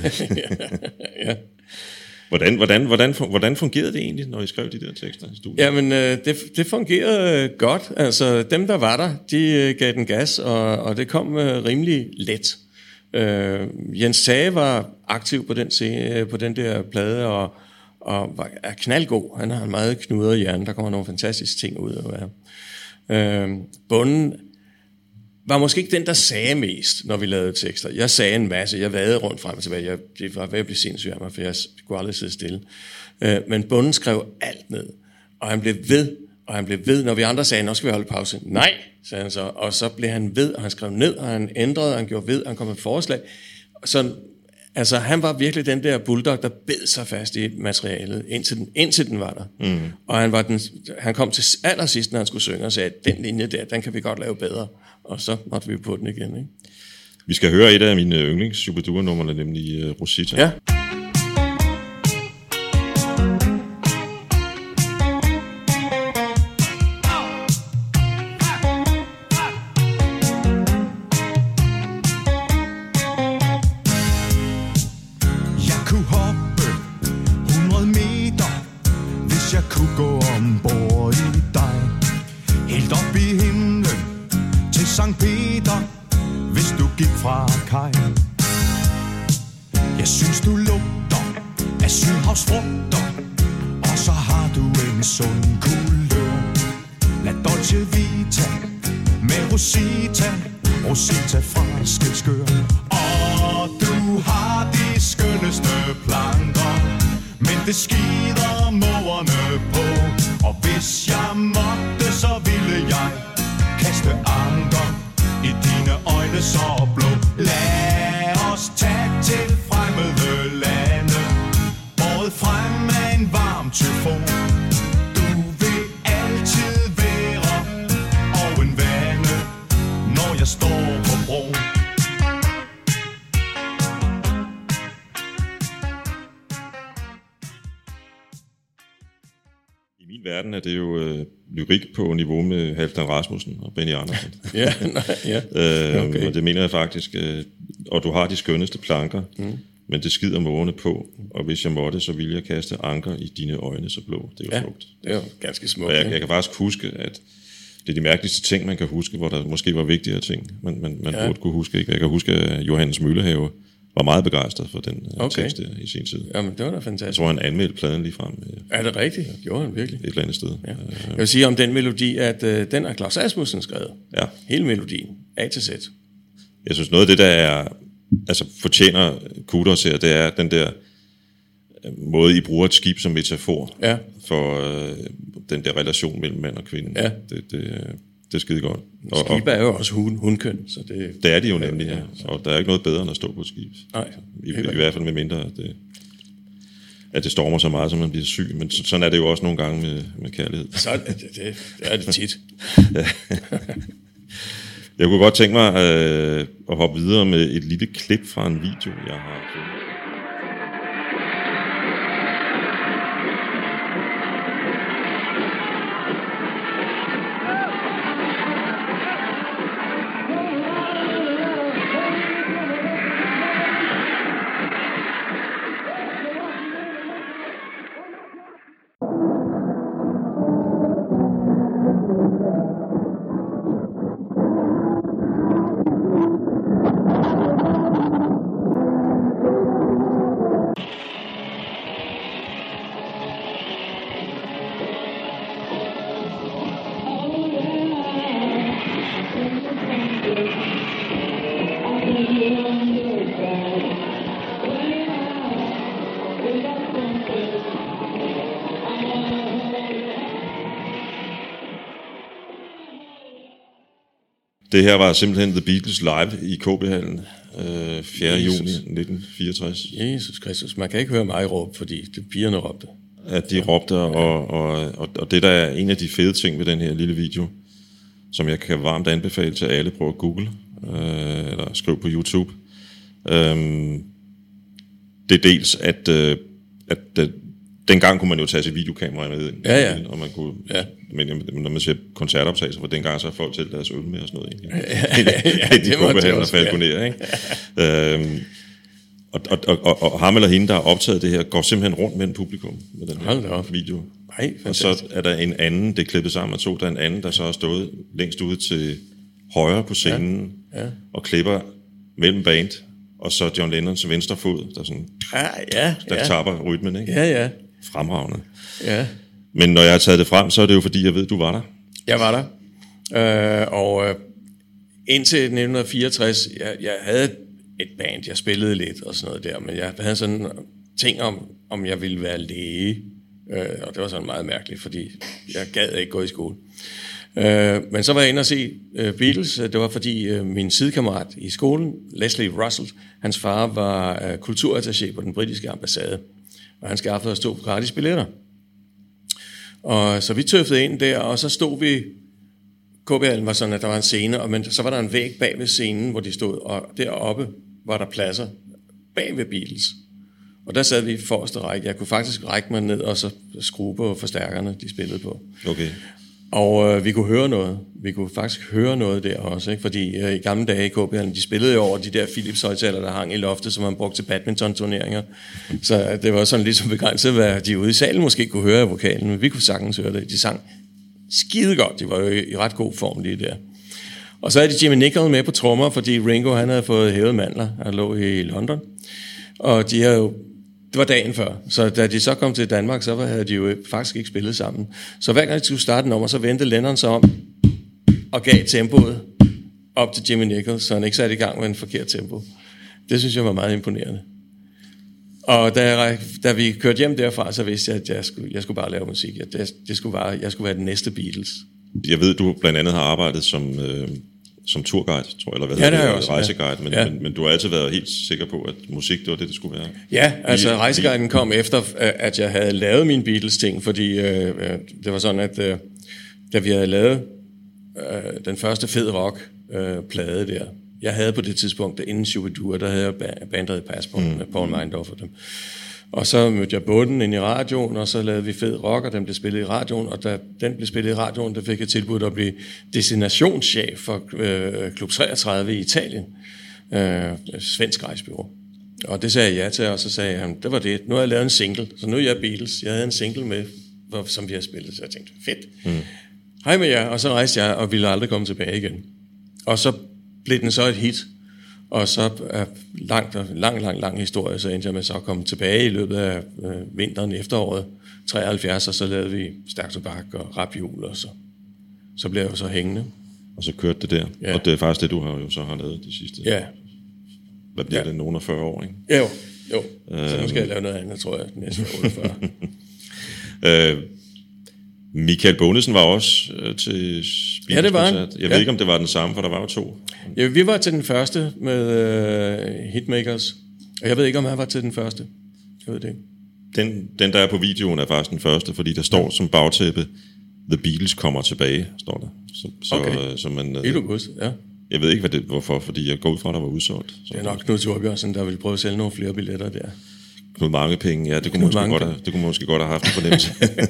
ja. Hvordan, hvordan, hvordan, hvordan fungerede det egentlig, når I skrev de der tekster i studiet? Jamen, det, det fungerede godt. Altså, dem, der var der, de gav den gas, og, og det kom rimelig let. Uh, Jens Tage var aktiv på den, scene, på den der plade, og og er knaldgod. Han har en meget knudret hjerne. Der kommer nogle fantastiske ting ud af ham. Øh, Bunden var måske ikke den, der sagde mest, når vi lavede tekster. Jeg sagde en masse, jeg vadede rundt frem og tilbage. Jeg, det var ved at blive sindssyg af mig, for jeg kunne aldrig sidde stille. Øh, men Bonden skrev alt ned, og han blev ved, og han blev ved, når vi andre sagde, nå skal vi holde pause. Nej, sagde han så, og så blev han ved, og han skrev ned, og han ændrede, og han gjorde ved, og han kom med forslag. Så altså, han var virkelig den der bulldog, der bed sig fast i materialet, indtil den, indtil den var der. Mm. Og han, var den, han kom til allersidst, når han skulle synge, og sagde, at den linje der, den kan vi godt lave bedre. Og så måtte vi på den igen, ikke? Vi skal høre et af mine yndlings Shubiduer-numrene, nemlig uh, Rosita. Ja. Jeg synes du lugter af sydhavsfrugter, og så har du en sund kulør. La Dolce Vita med Rosita, Rosita fra Skælskør. Og du har de skønneste planker, men det skider mågerne på. Og hvis jeg måtte, så ville jeg kaste anker i dine øjne så blå. Lad os tage til fremmede lande, båret frem af en varm tyfon. Du vil altid være og en vane, når jeg står på broen. I min verden er det jo øh, lyrik på niveau med Halfdan Rasmussen og Benny Andersen. Ja, nej, ja. øh, Okay. Og det mener jeg faktisk. Øh, og du har de skønneste planker, mm. men det skider mågerne på. Og hvis jeg måtte, så ville jeg kaste anker i dine øjne så blå. Det er jo Ja, smukt. det er jo ganske smukt. Og jeg, jeg kan faktisk huske, at det er de mærkeligste ting, man kan huske, hvor der måske var vigtigere ting, man, man, man ja. burde kunne huske. Ikke? Jeg kan huske, at Johannes Møllehave var meget begejstret for den Okay. tekst der i sin tid. Jamen, det var da Jeg fantastisk. tror, han anmeldte pladen lige frem øh, Er det rigtigt? Det gjorde han virkelig. et eller andet sted. Ja. Jeg vil sige om den melodi, at øh, den er Claus Asmussen skrevet. Ja. Hele melodien, A til Z. Jeg synes, noget af det, der er, altså fortjener kudos her, det er den der måde, I bruger et skib som metafor Ja. for øh, den der relation mellem mand og kvinde. Ja. Det, det, det er skide godt. Og, og Skib er jo også hun, hundkøn, så det... det er de jo nemlig, ja. Og der er ikke noget bedre, end at stå på et skib. Nej, I, i hvert fald med mindre, at det, at det stormer så meget, så man bliver syg. Men så, sådan er det jo også nogle gange med, med kærlighed. Så er det, det, det er det tit. Jeg kunne godt tænke mig øh, at hoppe videre med et lille klip fra en video, jeg har fundet. Det her var simpelthen The Beatles live i K B-hallen øh, fjerde juni nitten fireogtres. Jesus Kristus, man kan ikke høre mig råbe, fordi det pigerne råbte. At de råbte, og, og, og, og det der er en af de fede ting ved den her lille video, som jeg kan varmt anbefale til alle, prøve at google, øh, eller skrive på YouTube. Øh, det er dels, at, øh, at øh, dengang kunne man jo tage sit videokamera med ind, Ja, ja. og man kunne, Ja. men når man ser koncertoptagelser, for dengang så har folk til deres øl med og sådan noget. Ja, ja, det må det og også være. falconer, ikke? øhm, og, og, og, og ham eller hende, der har optaget det her, går simpelthen rundt mellem publikum med den Hold da her op. video. Nej, Og så fantastisk. er der en anden, det er klippet sammen af to, der er en anden, der så har stået længst ude til højre på scenen, Ja, ja. og klipper mellem band, og så John Lennons venstre fod, der, sådan, Ja, ja, der ja. tapper rytmen, ikke? Ja, ja. Fremragende. Ja. Men når jeg har taget det frem, så er det jo fordi, jeg ved, du var der. Jeg var der. Øh, og øh, indtil nitten fireogtres, jeg, jeg havde et band, jeg spillede lidt og sådan noget der, men jeg havde sådan ting om, om jeg ville være læge, øh, og det var sådan meget mærkeligt, fordi jeg gad ikke gå i skole. Øh, men så var jeg inde og se øh, Beatles. Det var fordi øh, min sidekammerat i skolen, Leslie Russell, hans far var øh, kulturattaché på den britiske ambassade, og han skaffede os to gratis billetter. Og så vi tøffede ind der, og så stod vi, K B-hallen var sådan, at der var en scene, og men, så var der en væg bag ved scenen, hvor de stod, og deroppe var der pladser bag ved Beatles. Og der sad vi i forreste række. Jeg kunne faktisk række mig ned og så skrue på forstærkerne, de spillede på. Okay. Og øh, vi kunne høre noget. Vi kunne faktisk høre noget der også, ikke? Fordi øh, i gamle dage i K B-hallen, de spillede jo over de der Philips højtaler, der hang i loftet, som man brugte til badminton-turneringer. Så det var sådan ligesom begrænset, hvad de ude i salen måske kunne høre af vokalen, men vi kunne sagtens høre det. De sang skide godt. De var jo i ret god form lige der. Og så er de Jimmy Nichols med på trommer, fordi Ringo han havde fået hævet mandler. Han lå i London. Og de havde jo det var dagen før, så da de så kom til Danmark, så havde de jo faktisk ikke spillet sammen. Så hver gang de skulle starte en nummer, så vendte Lennon sig om og gav tempoet op til Jimmy Nichols, så han ikke satte i gang med en forkert tempo. Det synes jeg var meget imponerende. Og da, jeg, da vi kørte hjem derfra, så vidste jeg, at jeg skulle, jeg skulle bare lave musik. At det, det skulle bare, jeg skulle være den næste Beatles. Jeg ved, du blandt andet har arbejdet som... Øh som turguide, tror jeg, eller hvad ja, det hedder det, også, rejseguide, men, ja. men, men du har altid været helt sikker på, at musik, det var det, det skulle være. Ja, altså lige, rejseguiden kom efter, at jeg havde lavet mine Beatles-ting, fordi øh, det var sådan, at øh, da vi havde lavet øh, den første fed rock-plade øh, der, jeg havde på det tidspunkt, inden Shubidua, der havde jeg bandet Passport mm. med Paul Mindorf og dem. Og så mødte jeg Bunden ind i radioen, og så lavede vi fed rock, og den blev spillet i radioen, og da den blev spillet i radioen, der fik jeg tilbudt at blive destinationschef for øh, Klub treogtredive i Italien, øh, svensk rejsebureau. Og det sagde jeg ja til, og så sagde han, det var det, nu har jeg lavet en single, så nu er jeg Beatles, jeg havde en single med, hvor, som vi har spillet, så jeg tænkte, fedt. Mm. Hej med jer, og så rejste jeg, og ville aldrig komme tilbage igen. Og så blev den så et hit. Og så er langt, lang, lang, lang historie, så endte jeg med så at komme tilbage i løbet af øh, vinteren, efteråret treoghalvfjerds, og så lavede vi Stærk Tobak og Raphjul, og så, så blev jeg jo så hængende. Og så kørte det der, ja. Og det er faktisk det, du har jo så har lavet de sidste, ja. Hvad bliver ja. det, nogen af fyrre år, ikke? Jo, jo. Så nu skal jeg lave noget andet, tror jeg, næste otteogfyrre. øh, Michael Bondesen var også øh, til Beatles. Ja, det var han. Jeg ja. ved ikke, om det var den samme, for der var jo to. Ja, vi var til den første med uh, Hitmakers, og jeg ved ikke, om han var til den første. Jeg ved det ikke. Den, den, der er på videoen, er faktisk den første, fordi der står som bagtæppe, The Beatles kommer tilbage, står der. Så, så, okay. Så man, Helt august, ja. Jeg ved ikke, hvad det, hvorfor, fordi jeg går ud fra, der var udsolgt. Så det er nok Knud Thorbjørnsen, der ville prøve at sælge nogle flere billetter der. Knud mange penge, ja, det kunne, måske godt, have, det kunne måske godt have haft en fornemmelse.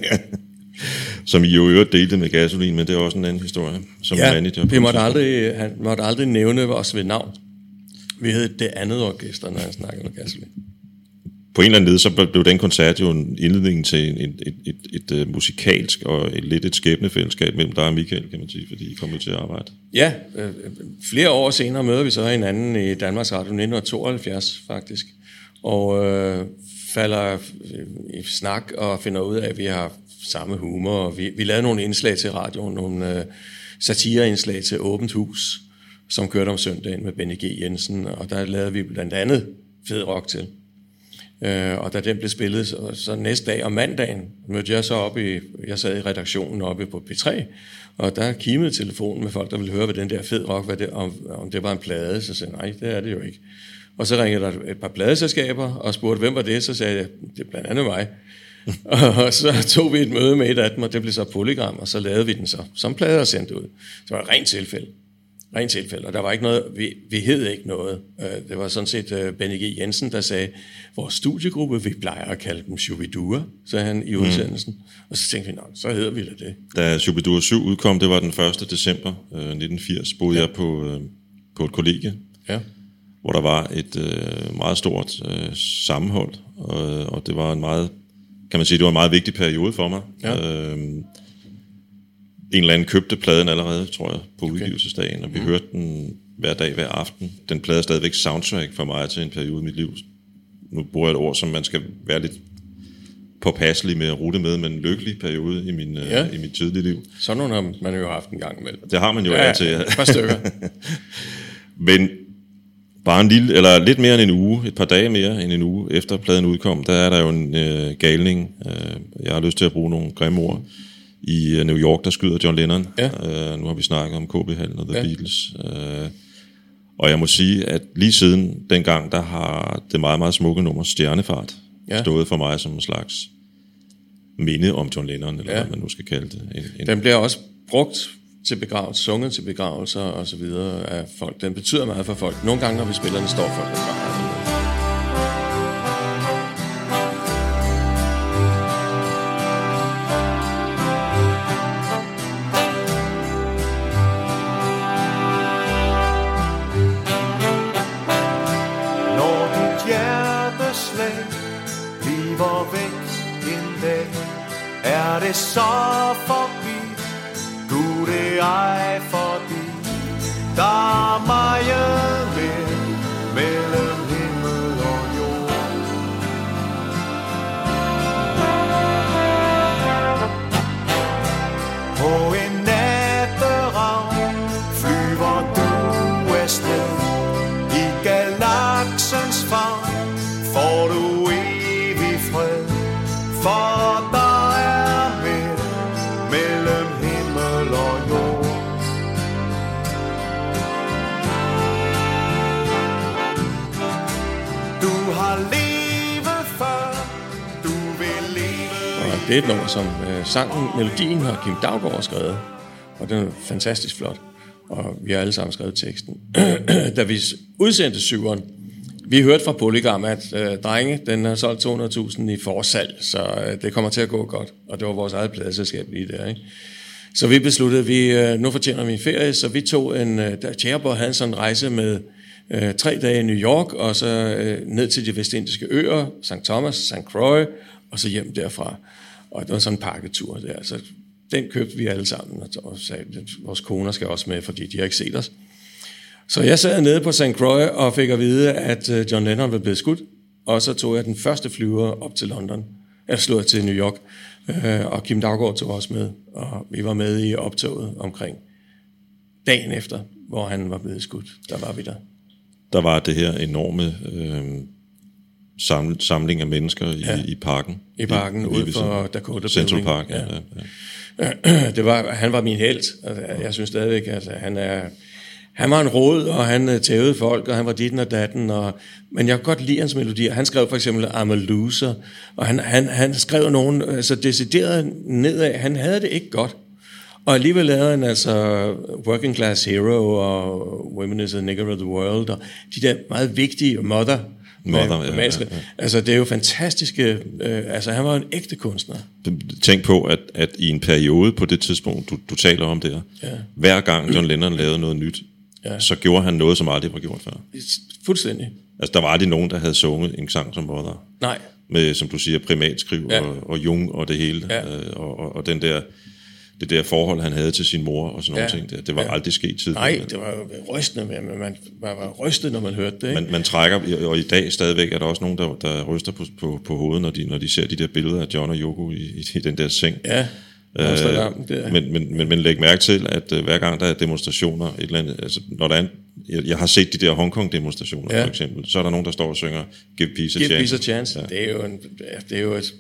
Som I jo i øvrigt delte med Gasolin, men det er også en anden historie. Som ja, manager vi måtte aldrig, han måtte aldrig nævne os ved navn. Vi hed det andet orkester, når han snakkede med Gasolin. På en eller anden led, så blev den koncert jo en indledning til et, et, et, et, et musikalsk og et, lidt et skæbnefællesskab mellem dig og Michael, kan man sige, fordi I kom til at arbejde. Ja, øh, flere år senere møder vi så hinanden i Danmarks Radio nitten tooghalvfjerds faktisk, og øh, falder i snak og finder ud af, at vi har samme humor, og vi, vi lavede nogle indslag til radioen, nogle øh, satireindslag til Åbent Hus, som kørte om søndagen med Benny G. Jensen, og der lavede vi blandt andet fed rock til. Øh, og da den blev spillet, så, så næste dag om mandagen mødte jeg så op i, jeg sad i redaktionen oppe på P tre, og der kimede telefonen med folk, der ville høre, hvad den der fed rock, hvad det, om, om det var en plade, så sagde jeg, nej, det er det jo ikke. Og så ringede der et par pladeselskaber og spurgte, hvem var det, så sagde jeg, det er blandt andet mig. Og så tog vi et møde med et af dem, og det blev så Polygram, og så lavede vi den så som plade og sendte ud. Det var et rent tilfælde. Rent tilfælde, og der var ikke noget, vi, vi hed ikke noget. Det var sådan set Benny G. Jensen, der sagde, vores studiegruppe, vi plejer at kalde dem Shubidua, sagde han i udsendelsen. Mm. Og så tænkte vi, nå, så hedder vi da det. Da Shubidua syv udkom, det var den første december nitten firs, boede ja. jeg på, øh, på et kollegie, ja. hvor der var et øh, meget stort øh, sammenhold, og, og det var en meget, kan man sige, det var en meget vigtig periode for mig. Ja. Øh, En eller anden købte pladen allerede, tror jeg, på udgivelsesdagen, og vi mm. hørte den hver dag, hver aften. Den plade er stadigvæk soundtrack for mig til en periode i mit liv. Nu bruger jeg et ord, som man skal være lidt påpasselig med at rute med, men en lykkelig periode i, min, ja. øh, i mit tidlige liv. Sådan nogle har man jo haft en gang imellem. Det har man jo ja, af til. Et par stykker. Men bare en lille, eller lidt mere end en uge, et par dage mere end en uge efter pladen udkom, der er der jo en øh, galning. Øh, jeg har lyst til at bruge nogle grimme ord. I øh, New York, der skyder John Lennon. Ja. Øh, nu har vi snakket om K B-hallen og The ja. Beatles. Øh, og jeg må sige, at lige siden dengang, der har det meget, meget smukke nummer Stjernefart ja. stået for mig som en slags minde om John Lennon, eller ja. hvad man nu skal kalde det. En, en Den bliver også brugt til begravelser, sunget til begravelser og så videre af folk. Den betyder meget for folk. Nogle gange, når vi spiller den, står folk der. Når dit hjerteslag bliver væk en dag, er det så forbi? Gud, det ej forbi. Der er meget mere mellem himmel og jord. På en natteravn flyver du afsted. I galaksens favn får du evig fred. For der er mere mellem himmel og jord. Du har levet før, du vil leve. Og det er et nummer, som øh, sangen, melodien har Kim Daugaard skrevet. Og den er fantastisk flot. Og vi har alle sammen skrevet teksten. Da vi udsendte syveren, vi hørte fra Polygram, at øh, drenge, den har solgt to hundrede tusind i forsalg, så øh, det kommer til at gå godt. Og det var vores eget pladeselskab lige der, ikke? Så vi besluttede, at vi, øh, nu fortjener vi en ferie, så vi tog en, øh, der Tjæreborg havde sådan en rejse med øh, tre dage i New York, og så øh, ned til de vestindiske øer, Sankt Thomas, Sankt Croix, og så hjem derfra. Og det var sådan en pakketur der, så den købte vi alle sammen, og sagde, at vores koner skal også med, fordi de har ikke set os. Så jeg sad nede på Sankt Croix og fik at vide, at John Lennon var blevet skudt, og så tog jeg den første flyver op til London. Jeg slog til New York, og Kim Daugaard tog også med, og vi var med i optoget omkring dagen efter, hvor han var blevet skudt. Der var vi der. Der var det her enorme øh, saml- samling af mennesker i, ja. i parken. I parken, I, ude for Dakota Central Building. Park, ja. ja, ja. Det var, han var min helt. Jeg synes stadigvæk, at han er... Han var en rod, og han tævede folk, og han var ditten og datten. Og, men jeg kan godt lide hans melodier. Han skrev for eksempel I'm a Loser, og han, han, han skrev nogen altså decideret nedad. Han havde det ikke godt. Og alligevel lavede han altså Working Class Hero og Women is the Nigger of the World, og de der meget vigtige Mother. Mother, ja, ja, ja. Altså det er jo fantastiske, øh, altså han var en ægte kunstner. Tænk på, at, at i en periode på det tidspunkt, du, du taler om der, ja. hver gang John Lennon lavede noget nyt, ja. så gjorde han noget, som aldrig var gjort før. Fuldstændig. Altså der var aldrig nogen, der havde sunget en sang som Mother. Nej. Med, som du siger, primatskriv ja. og, og Jung og det hele, ja. øh, og, og, og den der... det der forhold, han havde til sin mor og sådan ja. nogle ting, det, det var ja. aldrig sket tidligere. Nej, det var jo rystende, men man var, var rystet, når man hørte det. Ikke? Man, man trækker, og i dag stadigvæk er der også nogen, der, der ryster på, på, på hovedet, når de, når de ser de der billeder af John og Yoko i, i, i den der seng. Ja, øh, det men, men, men, men læg mærke til, at uh, hver gang der er demonstrationer, et eller andet, altså, når der er en, jeg, jeg har set de der Hongkong-demonstrationer ja. for eksempel, så er der nogen, der står og synger Give Peace a Give Chance. Peace a Chance, ja. det er jo, en, det er jo et...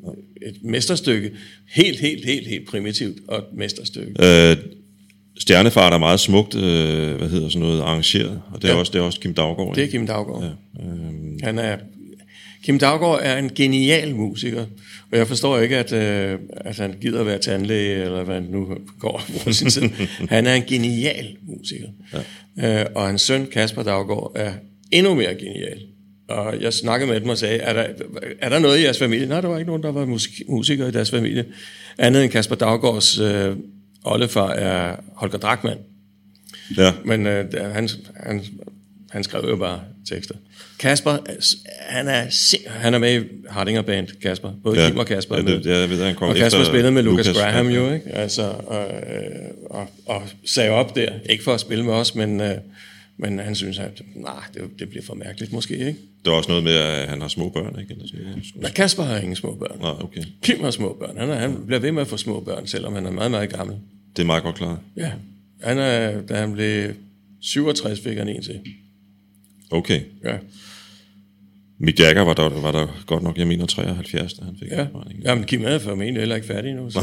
et mesterstykke, helt, helt, helt, helt primitivt, og et mesterstykke. Øh, Stjernefart er meget smukt, øh, hvad hedder sådan noget, arrangeret, og det er, ja. også, det er også Kim Daugaard. Det er Kim Daugaard. Ja, øh. Han er, Kim Daugaard er en genial musiker, og jeg forstår ikke, at, øh, at han gider at være tandlæge, eller hvad han nu går på sin tid. Han er en genial musiker. Ja. Øh, og hans søn, Kasper Daugaard, er endnu mere genial. Og jeg snakkede med dem og sagde, er der, er der noget i jeres familie? Nej, der var ikke nogen, der var musik- musikere i deres familie. Andet end Kasper Daugaards øh, oldefar er Holger Drachmann. Ja. Men øh, han, han, han skrev jo bare tekster. Kasper, han er, han er med i Hardinger Band, Kasper. Både ja. Kim og Kasper ja, med. Det, jeg ved, han kom og Kasper spillede med Lucas, Lucas Graham ja. jo, ikke? Altså, og, og, og sagde op der. Ikke for at spille med os, men... Øh, Men han synes, at nej, det, det bliver for mærkeligt måske, ikke? Det er også noget med, at han har små børn, ikke? Eller sådan noget. Men Kasper har ingen små børn. Nej, okay. Kim har små børn. Han, er, han bliver ved med at få små børn, selvom han er meget, meget gammel. Det er meget godt klart. Ja. Han er, da han blev syvogtres, fik han en til. Okay. Ja. Mick Jagger var der, var der godt nok, jeg mener treoghalvfjerds, da han fik Ja. barn, ikke? Jamen, Kim er formentlig heller ikke færdig nu. Så,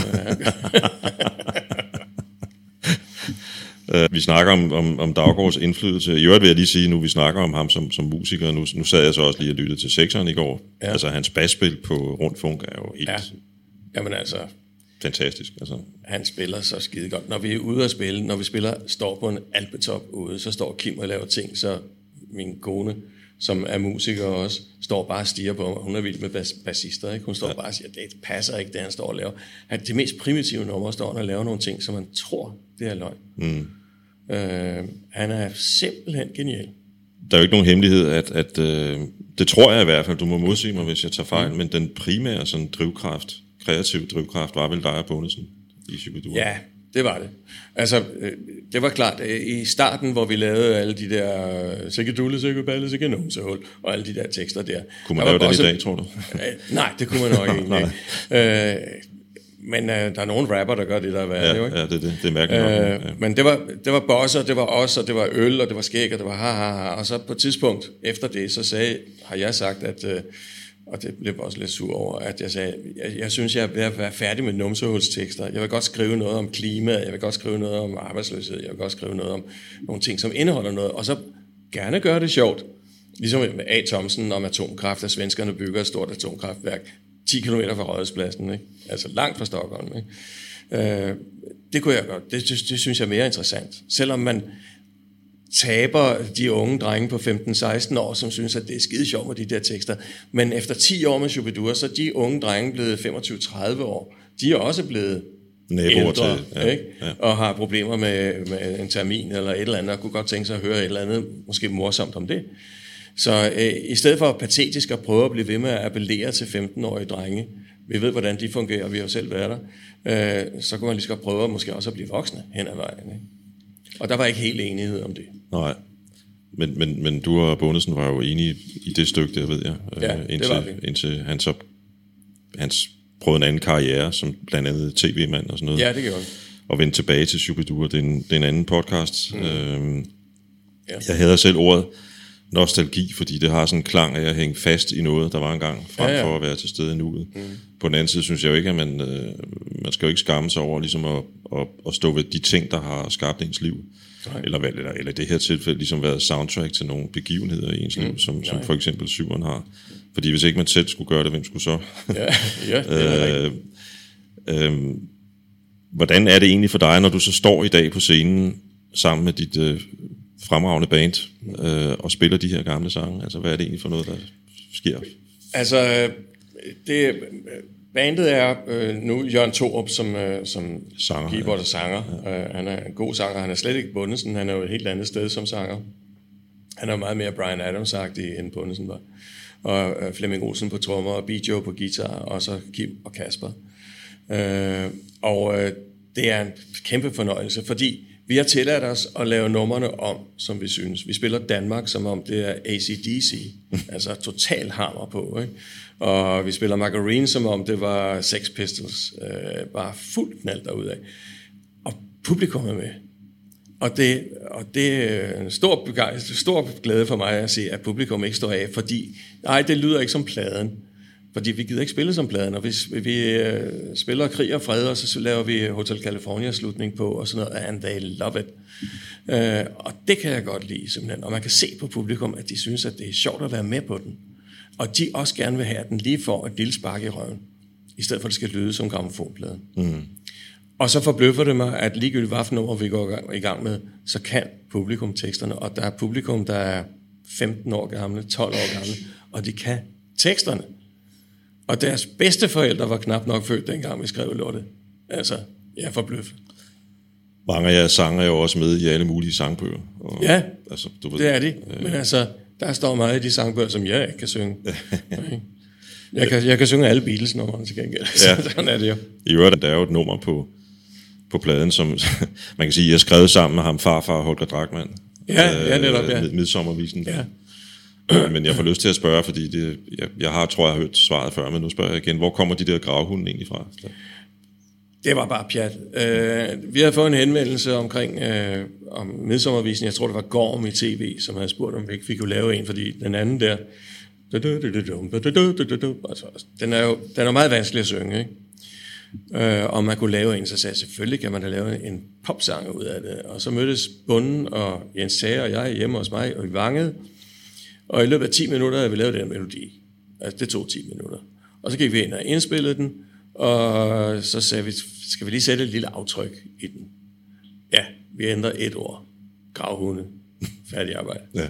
Uh, vi snakker om, om, om Daugaards indflydelse. I øvrigt vil jeg lige sige, nu vi snakker om ham som, som musiker, nu, nu sad jeg så også lige og lyttede til sekseren i går. Ja. Altså hans basspil på Rundt Funk er jo helt ja. Jamen altså, fantastisk. Altså. han spiller så skide godt. Når vi er ude at spille, når vi spiller, står på en alpetop ude, så står Kim og laver ting, så min kone, som er musiker også, står bare og stiger på mig. Hun er vild med bas- bassister, ikke? Hun står ja. bare og siger, det passer ikke, det han står og laver. Han, det mest primitive nummer står han og laver nogle ting, som man tror, det er løgn. Mm. Øh, han er simpelthen genial. Der er jo ikke nogen hemmelighed, at, at øh, det tror jeg i hvert fald, du må modsige mig, hvis jeg tager fejl, mm. men den primære sådan, drivkraft, kreativ drivkraft, var vel dig og Bundesen i Shubidua? Ja, det var det. Altså, øh, det var klart, øh, i starten, hvor vi lavede alle de der sikke dulle, sikke balle, sikke numsehul, og alle de der tekster der. Kunne man der lave den også, i dag, tror du? øh, nej, det kunne man nok ikke. øh, Men øh, der er nogle rapper, der gør det, der er værd. Ja, jo, ikke? ja, det er det. Det er mærkeligt. Øh, ja. Men det var, det var bosser, det var os, og det var øl, og det var skæg, og det var ha, ha, ha. Og så på et tidspunkt efter det, så sagde, har jeg sagt, at, øh, og det blev også lidt sur over, at jeg sagde, jeg, jeg synes, jeg er ved at være færdig med numsehulstekster. Jeg vil godt skrive noget om klima, jeg vil godt skrive noget om arbejdsløshed, jeg vil godt skrive noget om nogle ting, som indeholder noget, og så gerne gøre det sjovt. Ligesom med A. Thomsen om atomkraft, at svenskerne bygger et stort atomkraftværk ti kilometer fra Rådhuspladsen, ikke? Altså langt fra Stockholm. Ikke? Øh, det kunne jeg godt. Det, det, det synes jeg er mere interessant. Selvom man taber de unge drenge på femten seksten år, som synes, at det er skide sjovt med de der tekster. Men efter ti år med Shubidua, så er de unge drenge blevet femogtyve tredive år. De er også blevet Naboer ældre, til, ja, ikke? Ja. Og har problemer med, med en termin eller et eller andet, og kunne godt tænke sig at høre et eller andet, måske morsomt om det. Så øh, i stedet for patetisk at prøve at blive ved med at appellere til femten-årige drenge, vi ved, hvordan de fungerer, vi har jo selv været der, øh, så kunne man lige så godt prøve måske også at blive voksne hen ad vejen. Ikke? Og der var ikke helt enighed om det. Nej, men, men, men du og Bundesen var jo enige i det stykke der, ved jeg. Ja, øh, indtil, det var vi. Indtil han så hans prøvede en anden karriere, som blandt andet tv-mand og sådan noget. Ja, det gjorde han. Og vendte tilbage til Shubidua, det er en, det er en anden podcast. Mm. Øhm, ja. Jeg hader selv ordet nostalgi, fordi det har sådan en klang af at hænge fast i noget, der var engang, frem ja, ja. for at være til stede i nuet. Mm. På den anden side synes jeg jo ikke, at man, øh, man skal jo ikke skamme sig over ligesom at, at, at stå ved de ting, der har skabt ens liv. Eller, eller, eller i det her tilfælde ligesom været soundtrack til nogle begivenheder i ens mm. liv, som, som for eksempel syveren har. Fordi hvis ikke man selv skulle gøre det, hvem skulle så? Ja, ja, det er øh, øh, hvordan er det egentlig for dig, når du så står i dag på scenen sammen med dit øh, fremragende band øh, og spiller de her gamle sange? Altså, hvad er det egentlig for noget, der sker? Altså, det, bandet er øh, nu Jørgen Thorup som, øh, som sanger, keyboard ja. og sanger. Ja. Øh, han er en god sanger. Han er slet ikke Bundesen. Han er jo et helt andet sted som sanger. Han er meget mere Bryan Adams-agtig, end Bundesen var. Og øh, Flemming Olsen på trommer, og B J på guitar, og så Kim og Kasper. Øh, og øh, det er en kæmpe fornøjelse, fordi vi har tilladt os at lave numrene om, som vi synes. Vi spiller Danmark, som om det er A C D C, altså total hammer på, ikke? Og vi spiller Margarine, som om det var Sex Pistols, øh, bare fuldt knald derudad. Og publikum er med. Og det, og det er en stor, begejst, stor glæde for mig at se, at publikum ikke står af, fordi, nej, det lyder ikke som pladen. Fordi vi gider ikke spille som pladen, og hvis vi øh, spiller Krig og Fred, og så laver vi Hotel California slutning på, og sådan noget, and they love it. Øh, og det kan jeg godt lide, simpelthen. Og man kan se på publikum, at de synes, at det er sjovt at være med på den. Og de også gerne vil have, at den lige får et lille spark i røven, i stedet for at det skal lyde som grammofonpladen. Mm. Og så forbløffer det mig, at ligegyldigt hvad for nummer vi går i gang med, så kan publikum teksterne, og der er publikum, der er femten år gamle, tolv år gamle, og de kan teksterne. Og deres bedsteforældre var knap nok født, dengang vi skrev lortet. Altså, jeg er forbløffet. Mange af jeres sange er jo også med i alle mulige sangbøger. Og, ja, altså, du ved, det er de. Øh... Men altså, der står meget i de sangbøger, som jeg ikke kan synge. jeg, kan, jeg kan synge alle Beatles-numrene til gengæld. Ja. Sådan er det jo. I øvrigt, der er jo et nummer på, på pladen, som man kan sige, jeg har skrevet sammen med ham, farfar Holger Drachmann. Ja, ja, netop, ja. Mid- Midsommervisen. Ja. Men jeg får lyst til at spørge, fordi det, jeg, jeg har, tror jeg har hørt svaret før, men nu spørger jeg igen, hvor kommer de der gravhunde egentlig fra? Det var bare pjat. Uh, vi havde fået en henvendelse omkring uh, om Midsommervisen. Jeg tror, det var Gorm i tv, som havde spurgt, om vi ikke fik jo lave en, fordi den anden der, altså, den er jo den er meget vanskelig at synge, ikke? Uh, og man kunne lave en, så sagde jeg, selvfølgelig kan man da lave en popsang ud af det. Og så mødtes Bunden og Jens Sager og jeg hjemme hos mig, og vi vangede. Og i løbet af ti minutter havde vi lavet den melodi. Altså, det tog ti minutter. Og så gik vi ind og indspillede den, og så sagde vi, skal vi lige sætte et lille aftryk i den? Ja, vi ændrer et ord. Gravhunde. Færdig arbejde. Ja.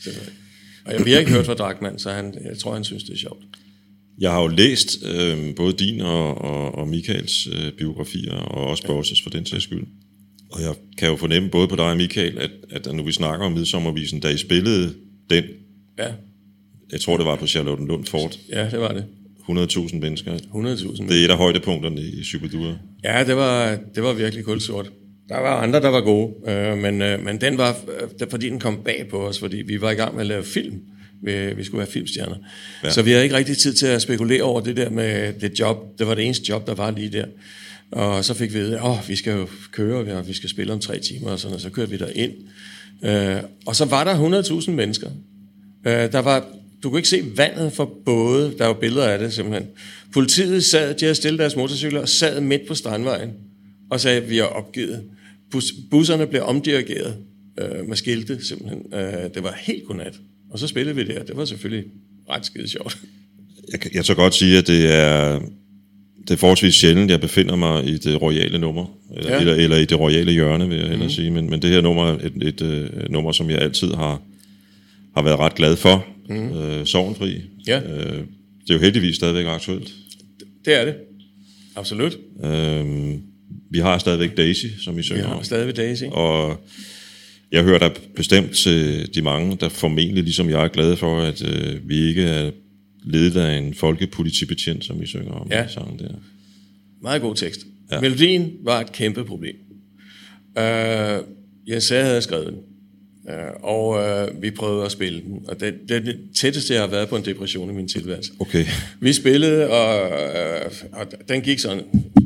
Og jeg, vi har ikke hørt fra Drachmann, så han, jeg tror, han synes, det er sjovt. Jeg har jo læst øh, både din og, og, og Michaels øh, biografier, og også Bosses for den sags skyld. Og jeg kan jo fornemme både på dig og Michael, at, at når vi snakker om Midsommervisen, da I spillede den, ja. Jeg tror, det var på Charlottenlund Fort. Ja, det var det. hundrede tusind mennesker. hundrede tusind. Det er et af højdepunkterne i Shubidua. Ja, det var, det var virkelig kulsort. Der var andre, der var gode, øh, men, øh, men den var, øh, fordi den kom bag på os, fordi vi var i gang med at lave film. Vi, vi skulle være filmstjerner. Ja. Så vi havde ikke rigtig tid til at spekulere over det der med det job. Det var det eneste job, der var lige der. Og så fik vi at åh, vi skal jo køre, og vi skal spille om tre timer, og sådan, og så kørte vi der ind. Øh, og så var der hundrede tusind mennesker. Øh, der var, du kunne ikke se vandet for både, der var billeder af det simpelthen. Politiet sad, de havde stillet deres motorcykler, og sad midt på Strandvejen, og sagde, vi har opgivet. Bus, busserne blev omdirigeret øh, med skilte, simpelthen. Øh, det var helt godnat. Og så spillede vi der. Det var selvfølgelig ret skide sjovt. Jeg, jeg tør godt sige, at det er, det er forholdsvis sjældent, jeg befinder mig i det royale nummer. Eller, ja. eller, eller i det royale hjørne, vil jeg hellere mm. sige. Men, men det her nummer er et, et, et nummer, som jeg altid har, har været ret glad for. Mm. Øh, Sorgenfri. Ja. Øh, det er jo heldigvis stadigvæk aktuelt. Det er det. Absolut. Øh, vi har stadigvæk Daisy, som I synger om. Vi har stadigvæk Daisy. Og jeg hører da bestemt til de mange, der formentlig, ligesom jeg, er glade for, at øh, vi ikke er ledet af en folkepolitibetjent, som vi synger om ja. i sangen der. Meget god tekst. Ja. Melodien var et kæmpe problem. Uh, jeg sagde, havde skrevet den. Uh, og uh, vi prøvede at spille den. Og det, det er det tætteste, jeg har været på en depression i min tilværelse. Okay. Vi spillede, og, uh, og den gik sådan.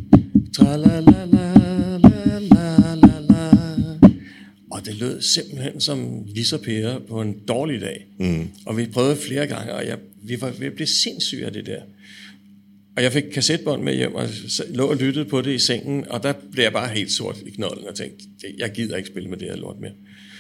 Og det lød simpelthen som Lisa Per på en dårlig dag. Mm. Og vi prøvede flere gange, og jeg, vi var ved at blive sindssyge af det der. Og jeg fik kassetbånd med hjem, og lå og lyttede på det i sengen, og der blev jeg bare helt sort i knolden, og tænkte, jeg gider ikke spille med det her lort mere.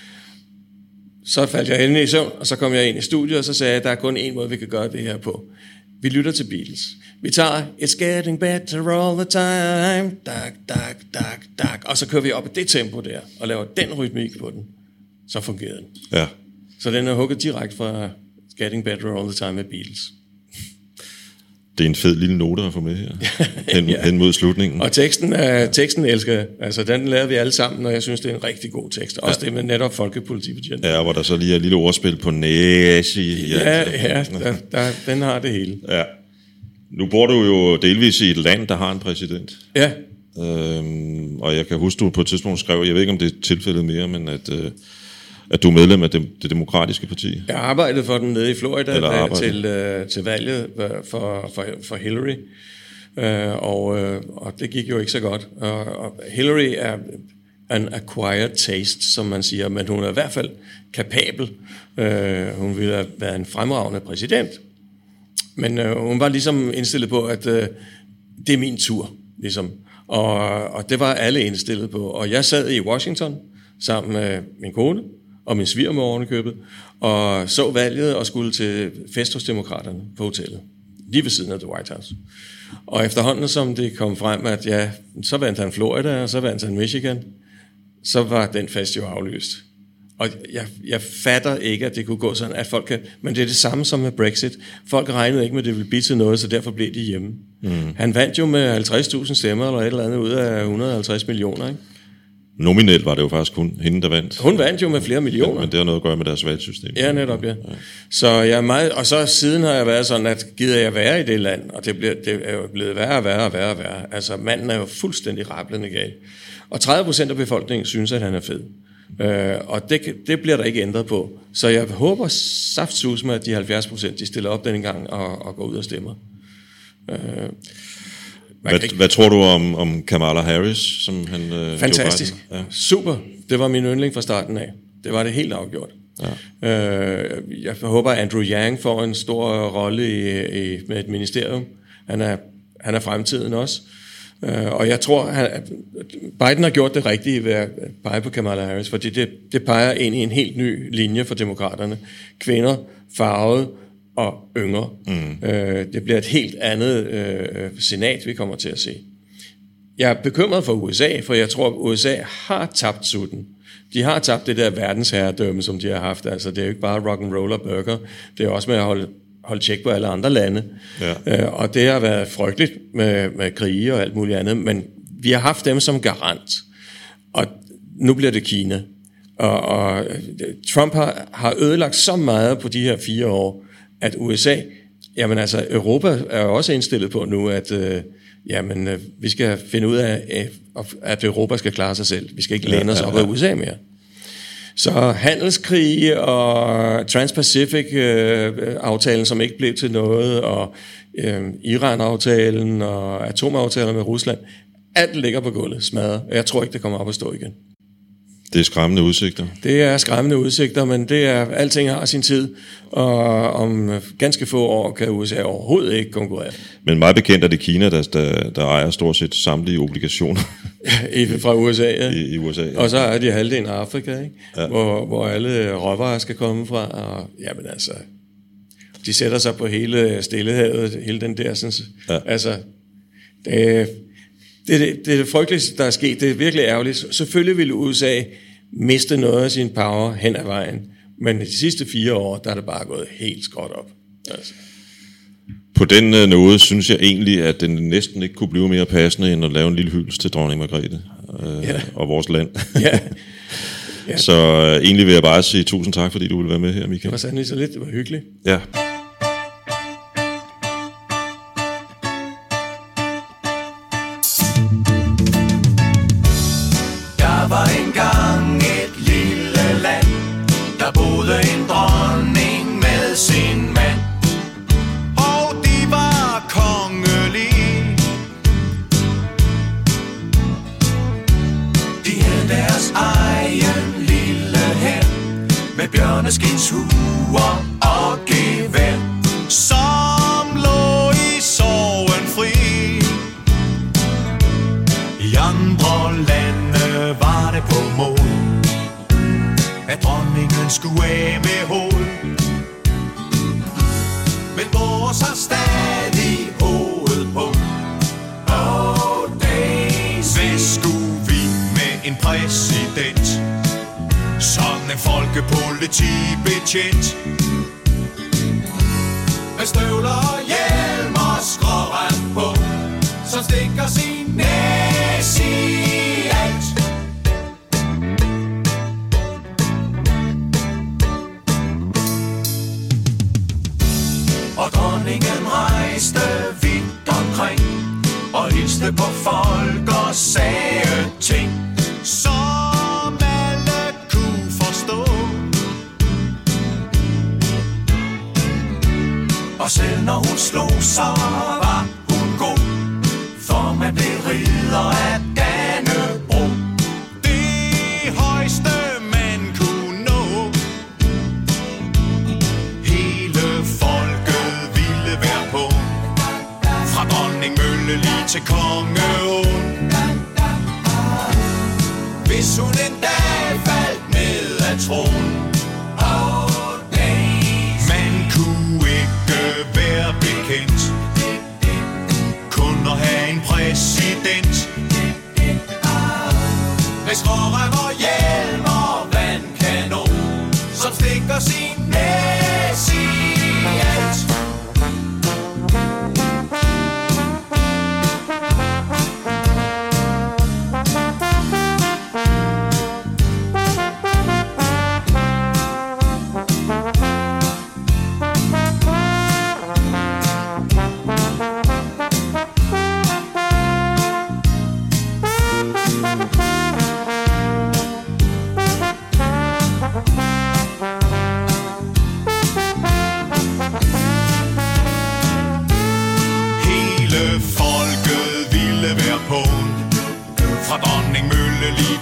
Så faldt jeg endelig i søvn, og så kom jeg ind i studiet, og så sagde jeg, der er kun én måde, vi kan gøre det her på. Vi lytter til Beatles. Vi tager It's getting better all the time, dak, dak, dak, dak, og så kører vi op i det tempo der, og laver den rytmik på den. Så fungerer den. Ja. Så den er hugget direkte fra It's getting better all the time med Beatles. Det er en fed lille note at få med her, hen, ja. hen mod slutningen. Og teksten, uh, teksten elsker jeg. Altså, den lavede vi alle sammen, og jeg synes, det er en rigtig god tekst. Også ja. Det med netop folkepolitibetjent. Ja, hvor der så lige er et lille ordspil på næsi. Ja, ja, der, der, den har det hele. Ja. Nu bor du jo delvis i et land, der har en præsident. Ja. Øhm, og jeg kan huske, du på et tidspunkt skrev, jeg ved ikke, om det er tilfældet mere, men at, øh, at du er medlem af det, det demokratiske parti. Jeg arbejdede for den nede i Florida der, til, øh, til valget for, for, for Hillary. Øh, og, øh, og det gik jo ikke så godt. Og, og Hillary er an acquired taste, som man siger, men hun er i hvert fald kapabel. Øh, hun ville have været en fremragende præsident. Men øh, hun var ligesom indstillet på, at øh, det er min tur, ligesom. Og, og det var alle indstillet på. Og jeg sad i Washington sammen med min kone og min svigermor ovenikøbet, og så valget og skulle til fest hos demokraterne på hotellet, lige ved siden af The White House. Og efterhånden, som det kom frem, at ja, så vandt han Florida, og så vandt han Michigan, så var den fest jo aflyst. Og jeg, jeg fatter ikke, at det kunne gå sådan, at folk kan... Men det er det samme som med Brexit. Folk regnede ikke med, at det ville blive til noget, så derfor blev de hjemme. Mm. Han vandt jo med halvtreds tusind stemmer, eller et eller andet, ud af et hundrede og halvtreds millioner, ikke? Nominelt var det jo faktisk kun hende, der vandt. Hun vandt jo med flere millioner. Men, men det har noget at gøre med deres valgsystem. Ja, netop, ja. ja. Så jeg er meget... Og så siden har jeg været sådan, at gider jeg være i det land, og det, bliver, det er jo blevet værre og værre og værre og værre. Altså, manden er jo fuldstændig rablende gal. Og tredive procent af befolkningen synes, at han er fed. Øh, og det, det bliver der ikke ændret på. Så jeg håber saftsus med, at de halvfjerds procent, de stiller op denne gang og, og går ud og stemmer. Øh, hvad, ikke... hvad tror du om, om Kamala Harris? Som han, øh, Fantastisk. Ja. Super. Det var min yndling fra starten af. Det var det helt afgjort. Ja. Øh, jeg håber, at Andrew Yang får en stor rolle i, i, med et ministerium. Han er, han er fremtiden også. Øh, og jeg tror, at Biden har gjort det rigtige ved at pege på Kamala Harris, fordi det, det peger ind i en helt ny linje for demokraterne. Kvinder, farvede og yngre. Mm. Øh, det bliver et helt andet øh, senat, vi kommer til at se. Jeg er bekymret for U S A, for jeg tror, at U S A har tabt sutten. De har tabt det der verdensherredømme, som de har haft. Altså, det er jo ikke bare rock and roll og burger. Det er også med at holde, holde tjek på alle andre lande. Ja. Øh, og det har været frygteligt med, med krige og alt muligt andet. Men vi har haft dem som garant. Og nu bliver det Kina. Og, og Trump har, har ødelagt så meget på de her fire år, at U S A, jamen altså Europa er jo også indstillet på nu, at øh, jamen, øh, vi skal finde ud af, øh, at Europa skal klare sig selv. Vi skal ikke læne os op af U S A mere. Så handelskrig og Trans-Pacific-aftalen, øh, som ikke blev til noget, og øh, Iran-aftalen og atomaftaler med Rusland, alt ligger på gulvet, smadret. Jeg tror ikke, det kommer op at stå igen. Det er skræmmende udsigter. Det er skræmmende udsigter, men det er, alting har sin tid, og om ganske få år kan U S A overhovedet ikke konkurrere. Men meget bekendt er det Kina, der, der, der ejer stort set samtlige obligationer. Fra U S A, ja. I, i U S A, ja. Og så er de halvdelen af Afrika, ikke? Ja. Hvor, hvor alle råvarer skal komme fra, og jamen altså, de sætter sig på hele Stillehavet, hele den der, sådan, ja. Altså, det Det er det, det, er det frygteligste, der er sket. Det er virkelig ærgerligt. Selvfølgelig ville U S A miste noget af sin power hen ad vejen. Men de sidste fire år, der er det bare gået helt skråt op. Altså. På den uh, noget synes jeg egentlig, at den næsten ikke kunne blive mere passende, end at lave en lille hyldest til dronning Margrethe uh, ja. og vores land. Ja. Ja. Så uh, egentlig vil jeg bare sige tusind tak, fordi du ville være med her, Michael. Det var sandelig så lidt. Det var hyggeligt. Ja. Der var engang et lille land, der boede en dronning med sin mand. Og de var kongelige. De havde deres egen lille hær med bjørneskinshuer og gevær, Som lå i sorgen fri. I andre lande var det på mod, at dronningen skulle af med hoved. Men vores har stadig hoved på. Oh, days. Hvad skulle vi med en præsident? Sådan en folkepolitibetjent. Med støvler og hjelm og skråret på, som stikker sin næse i alt. Og dronningen rejste vidt omkring og hilste på folk og sagde ting, Som alle kunne forstå. og selv når hun slog, så var hun god, for man blev ridder af Dannebrog. Det højeste man kunne nå. Hele folket ville være på, Fra dronning Mølle lige til kongeåen. hvis hun en dag faldt ned af tronen. Oh, days. Man kunne ikke være bekendt kun at have en præsident. Med skrårem og hjelm og vandkanon, som stikker sin næse i alt.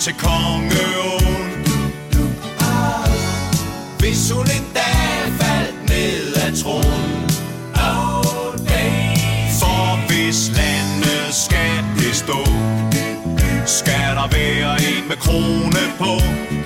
til kongeåen. Hvis hun en dag faldt ned af tronen, oh, for hvis landet skal bestå, skal der være en med krone på.